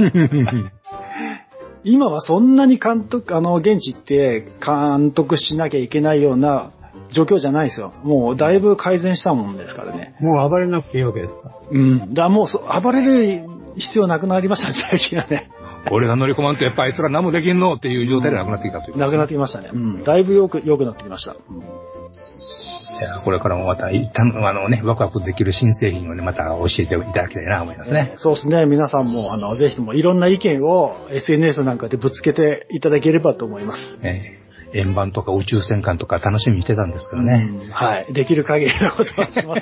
今はそんなに監督、あの、現地行って監督しなきゃいけないような状況じゃないですよ。もうだいぶ改善したもんですからね。 もう暴れなくていいわけですか？ うん。だからもう暴れる必要なくなりましたね、最近はね。 俺が乗り込まんとやっぱりそれは何もできんのっていう状態でなくなってきたという、 うん。なくなってきましたね。うん。だいぶよく、良くなってきました。うん、 いやこれからもまた一旦あのね、ワクワクできる新製品をね、また教えていただきたいなと思いますね。 そうですね。皆さんも、あの、ぜひともいろんな意見を エスエヌエス なんかでぶつけていただければと思います。 えー円盤とか宇宙戦艦とか楽しみにしてたんですけどね。 うん、はい。できる限りのことはします。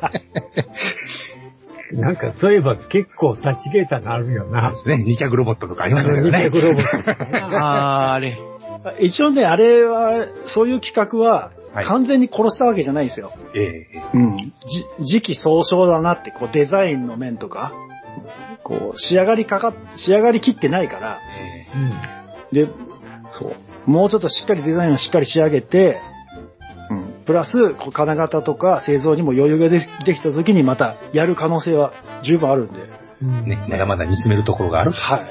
なんかそういえば結構タッチゲーターがあるよな。 そうですね。に脚ロボットとかありましたけどね。 に脚ロボット。 あー、あれ。 一応ね、あれは、そういう企画は、完全に殺したわけじゃないですよ。 ええー。うん。じ、時期尚早だなって、こうデザインの面とか、こう仕上がりかかっ、仕上がりきってないから、えー、うん。で、そう。もうちょっとしっかりデザインをしっかり仕上げて、うん。プラス、こう金型とか製造にも余裕がでできた時にまたやる可能性は十分あるんで。 うんね、まだまだ見つめるところがある。 はい。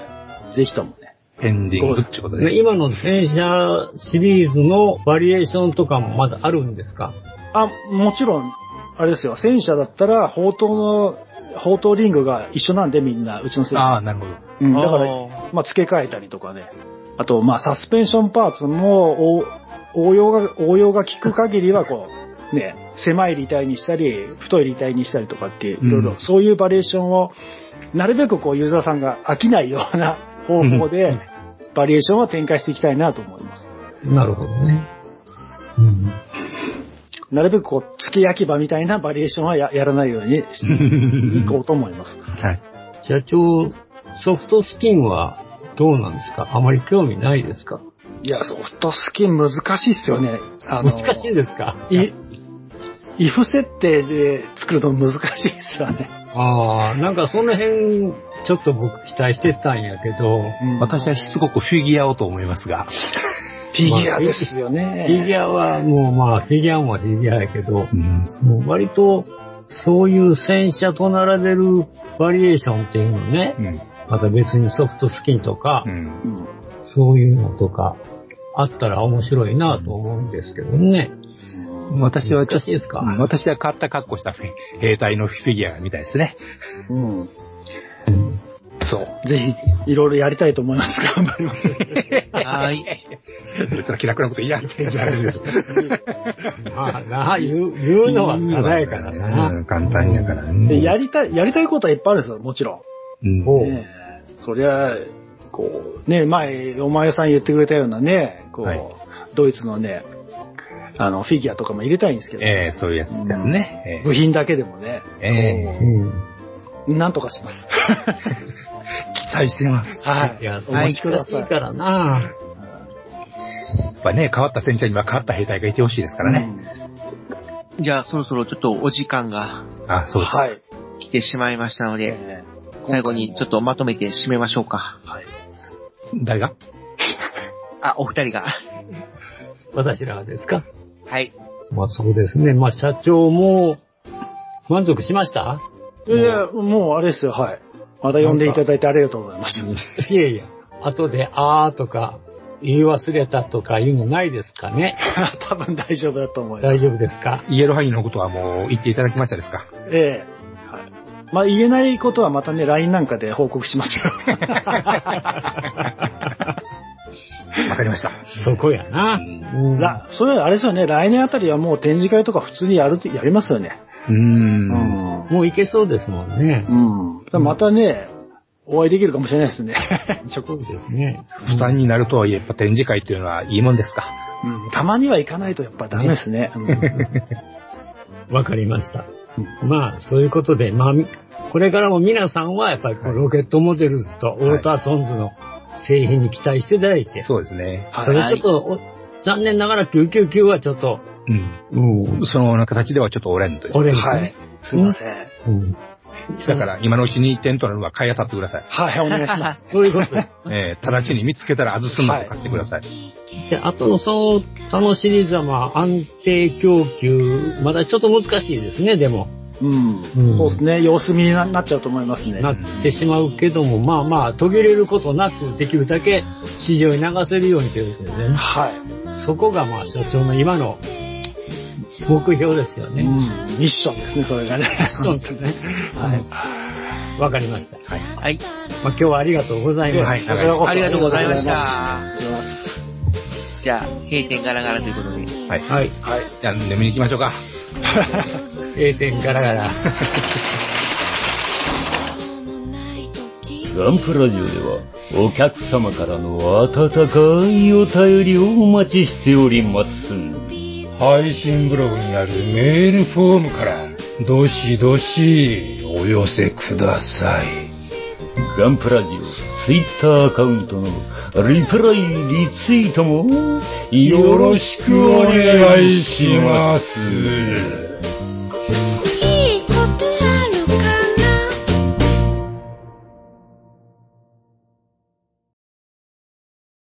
ぜひともね。 ペンディングってことで、ね。 今の戦車シリーズのバリエーションとかもまだあるんですか？ あ、もちろん、あれですよ。戦車だったら、砲塔の、砲塔リングが一緒なんでみんな、うちの戦車。 ああ、なるほど。 うん、だから、まあ、付け替えたりとかね。あと、まあ、サスペンションパーツも、応用が、応用が効く限りは、こう、ね、狭い履体にしたり、太い履体にしたりとかっていう、いろいろ、そういうバリエーションを、なるべくこう、ユーザーさんが飽きないような方法で、バリエーションは展開していきたいなと思います。 なるほどね。うん、 なるべくこう、付け焼き場みたいなバリエーションは や, やらないようにしていこうと思います。 はい。社長、ソフトスキンはどうなんですか？あまり興味ないですか？ いや、ソフトスキン難しいっすよね。 あの難しいんですか？ い、イフ設定で作るの難しいっすよね。 ああ、なんかその辺、ちょっと僕期待してたんやけど、 うん、私はすごくフィギュアをと思いますが。 フィギュアですよね。 フィギュアはもうまあ、フィギュアもフィギュアやけど、うん、もう割と、そういう戦車と並べるバリエーションっていうのね、うん、また別にソフトスキンとか、うん、そういうのとか、あったら面白いなと思うんですけどね。 私は、 難しいですか？ 私は買った格好した兵隊のフィギュアみたいですね。うん。 そう。ぜひ、いろいろやりたいと思いますが、頑張ります。 はい。 別に気楽なこと言いやってんじゃないですか。 まあなあ、言う、言うのは簡単やからな。 うん、簡単やからね。 やりたい、やりたいことはいっぱいあるんですよ、もちろん。うん。ね、そりゃ、こう、ね、前、お前さん言ってくれたようなね、こう、はい、ドイツのね、あの、フィギュアとかも入れたいんですけど。 ええー、そういうやつですね。 うんえー、部品だけでもね。ええーうん。なんとかします。 期待してます。 はい。 いや、お待ちください。からな。 やっぱね、変わった戦車には変わった兵隊がいてほしいですからね。 うん、じゃあ、そろそろちょっとお時間が。 あ、そうです。はい。 来てしまいましたので、えー、最後にちょっとまとめて締めましょうか。はい。 誰があ、お二人が。 私らですか？ はい。 まあそうですね。まあ社長も満足しました？ いやいや、もうあれですよ、はい。また呼んでいただいてありがとうございました。 いやいや、後であーとか言い忘れたとかいうのないですかね？ 多分大丈夫だと思います。 大丈夫ですか？ 言える範囲のことはもう言っていただきましたですか？ ええ。はい。まあ言えないことはまたね、ライン なんかで報告しますよ。 わかりました。 そこやな。 うん。ら、それあれですよね、来年あたりはもう展示会とか普通にやる、やりますよね。 うーん。うんもういけそうですもんね。 うん。またね、お会いできるかもしれないですね。 そうですね。 負担になるとはいえ、やっぱ展示会っていうのはいいもんですか？ うん。たまには行かないとやっぱダメですね。 わかりました。まあ、そういうことで、まあ、これからも皆さんはやっぱりロケットモデルズとウォーターソンズの製品に期待していただいて。 そうですね。 それちょっと、残念ながらきゅうきゅうきゅうはちょっと、 うん。うん。そのような形ではちょっと折れんという。 折れんですね。 はい。すいません。うん。 だから今のうちに点取るのは買い当たってください。 はい、お願いします。 そういうことで。 えー、直ちに見つけたら外すのと買ってください。 で、あとのその他のシリーズはまあ安定供給、まだちょっと難しいですね、でも。 うん。うん、そうですね、様子見になっちゃうと思いますね。 なってしまうけども、まあまあ途切れることなくできるだけ市場に流せるようにということでね。 はい。 そこがまあ社長の今の目標ですよね。 うん。ミッションですね、それがね。 ミッションですね。はい。わかりました。 はい。はい。 まあ今日はありがとうございます。 はい。ありがとうございました。じゃあ、閉店ガラガラということで。 はい。 はい。 はい。じゃあ、眠りに行きましょうか。 閉店ガラガラ。 ガンプラジオでは、お客様からの温かいお便りをお待ちしております。 配信ブログにあるメールフォームから、どしどしお寄せください。 ガンプラジオ、ツイッターアカウントのリプライ、リツイートもよろしくお願いします。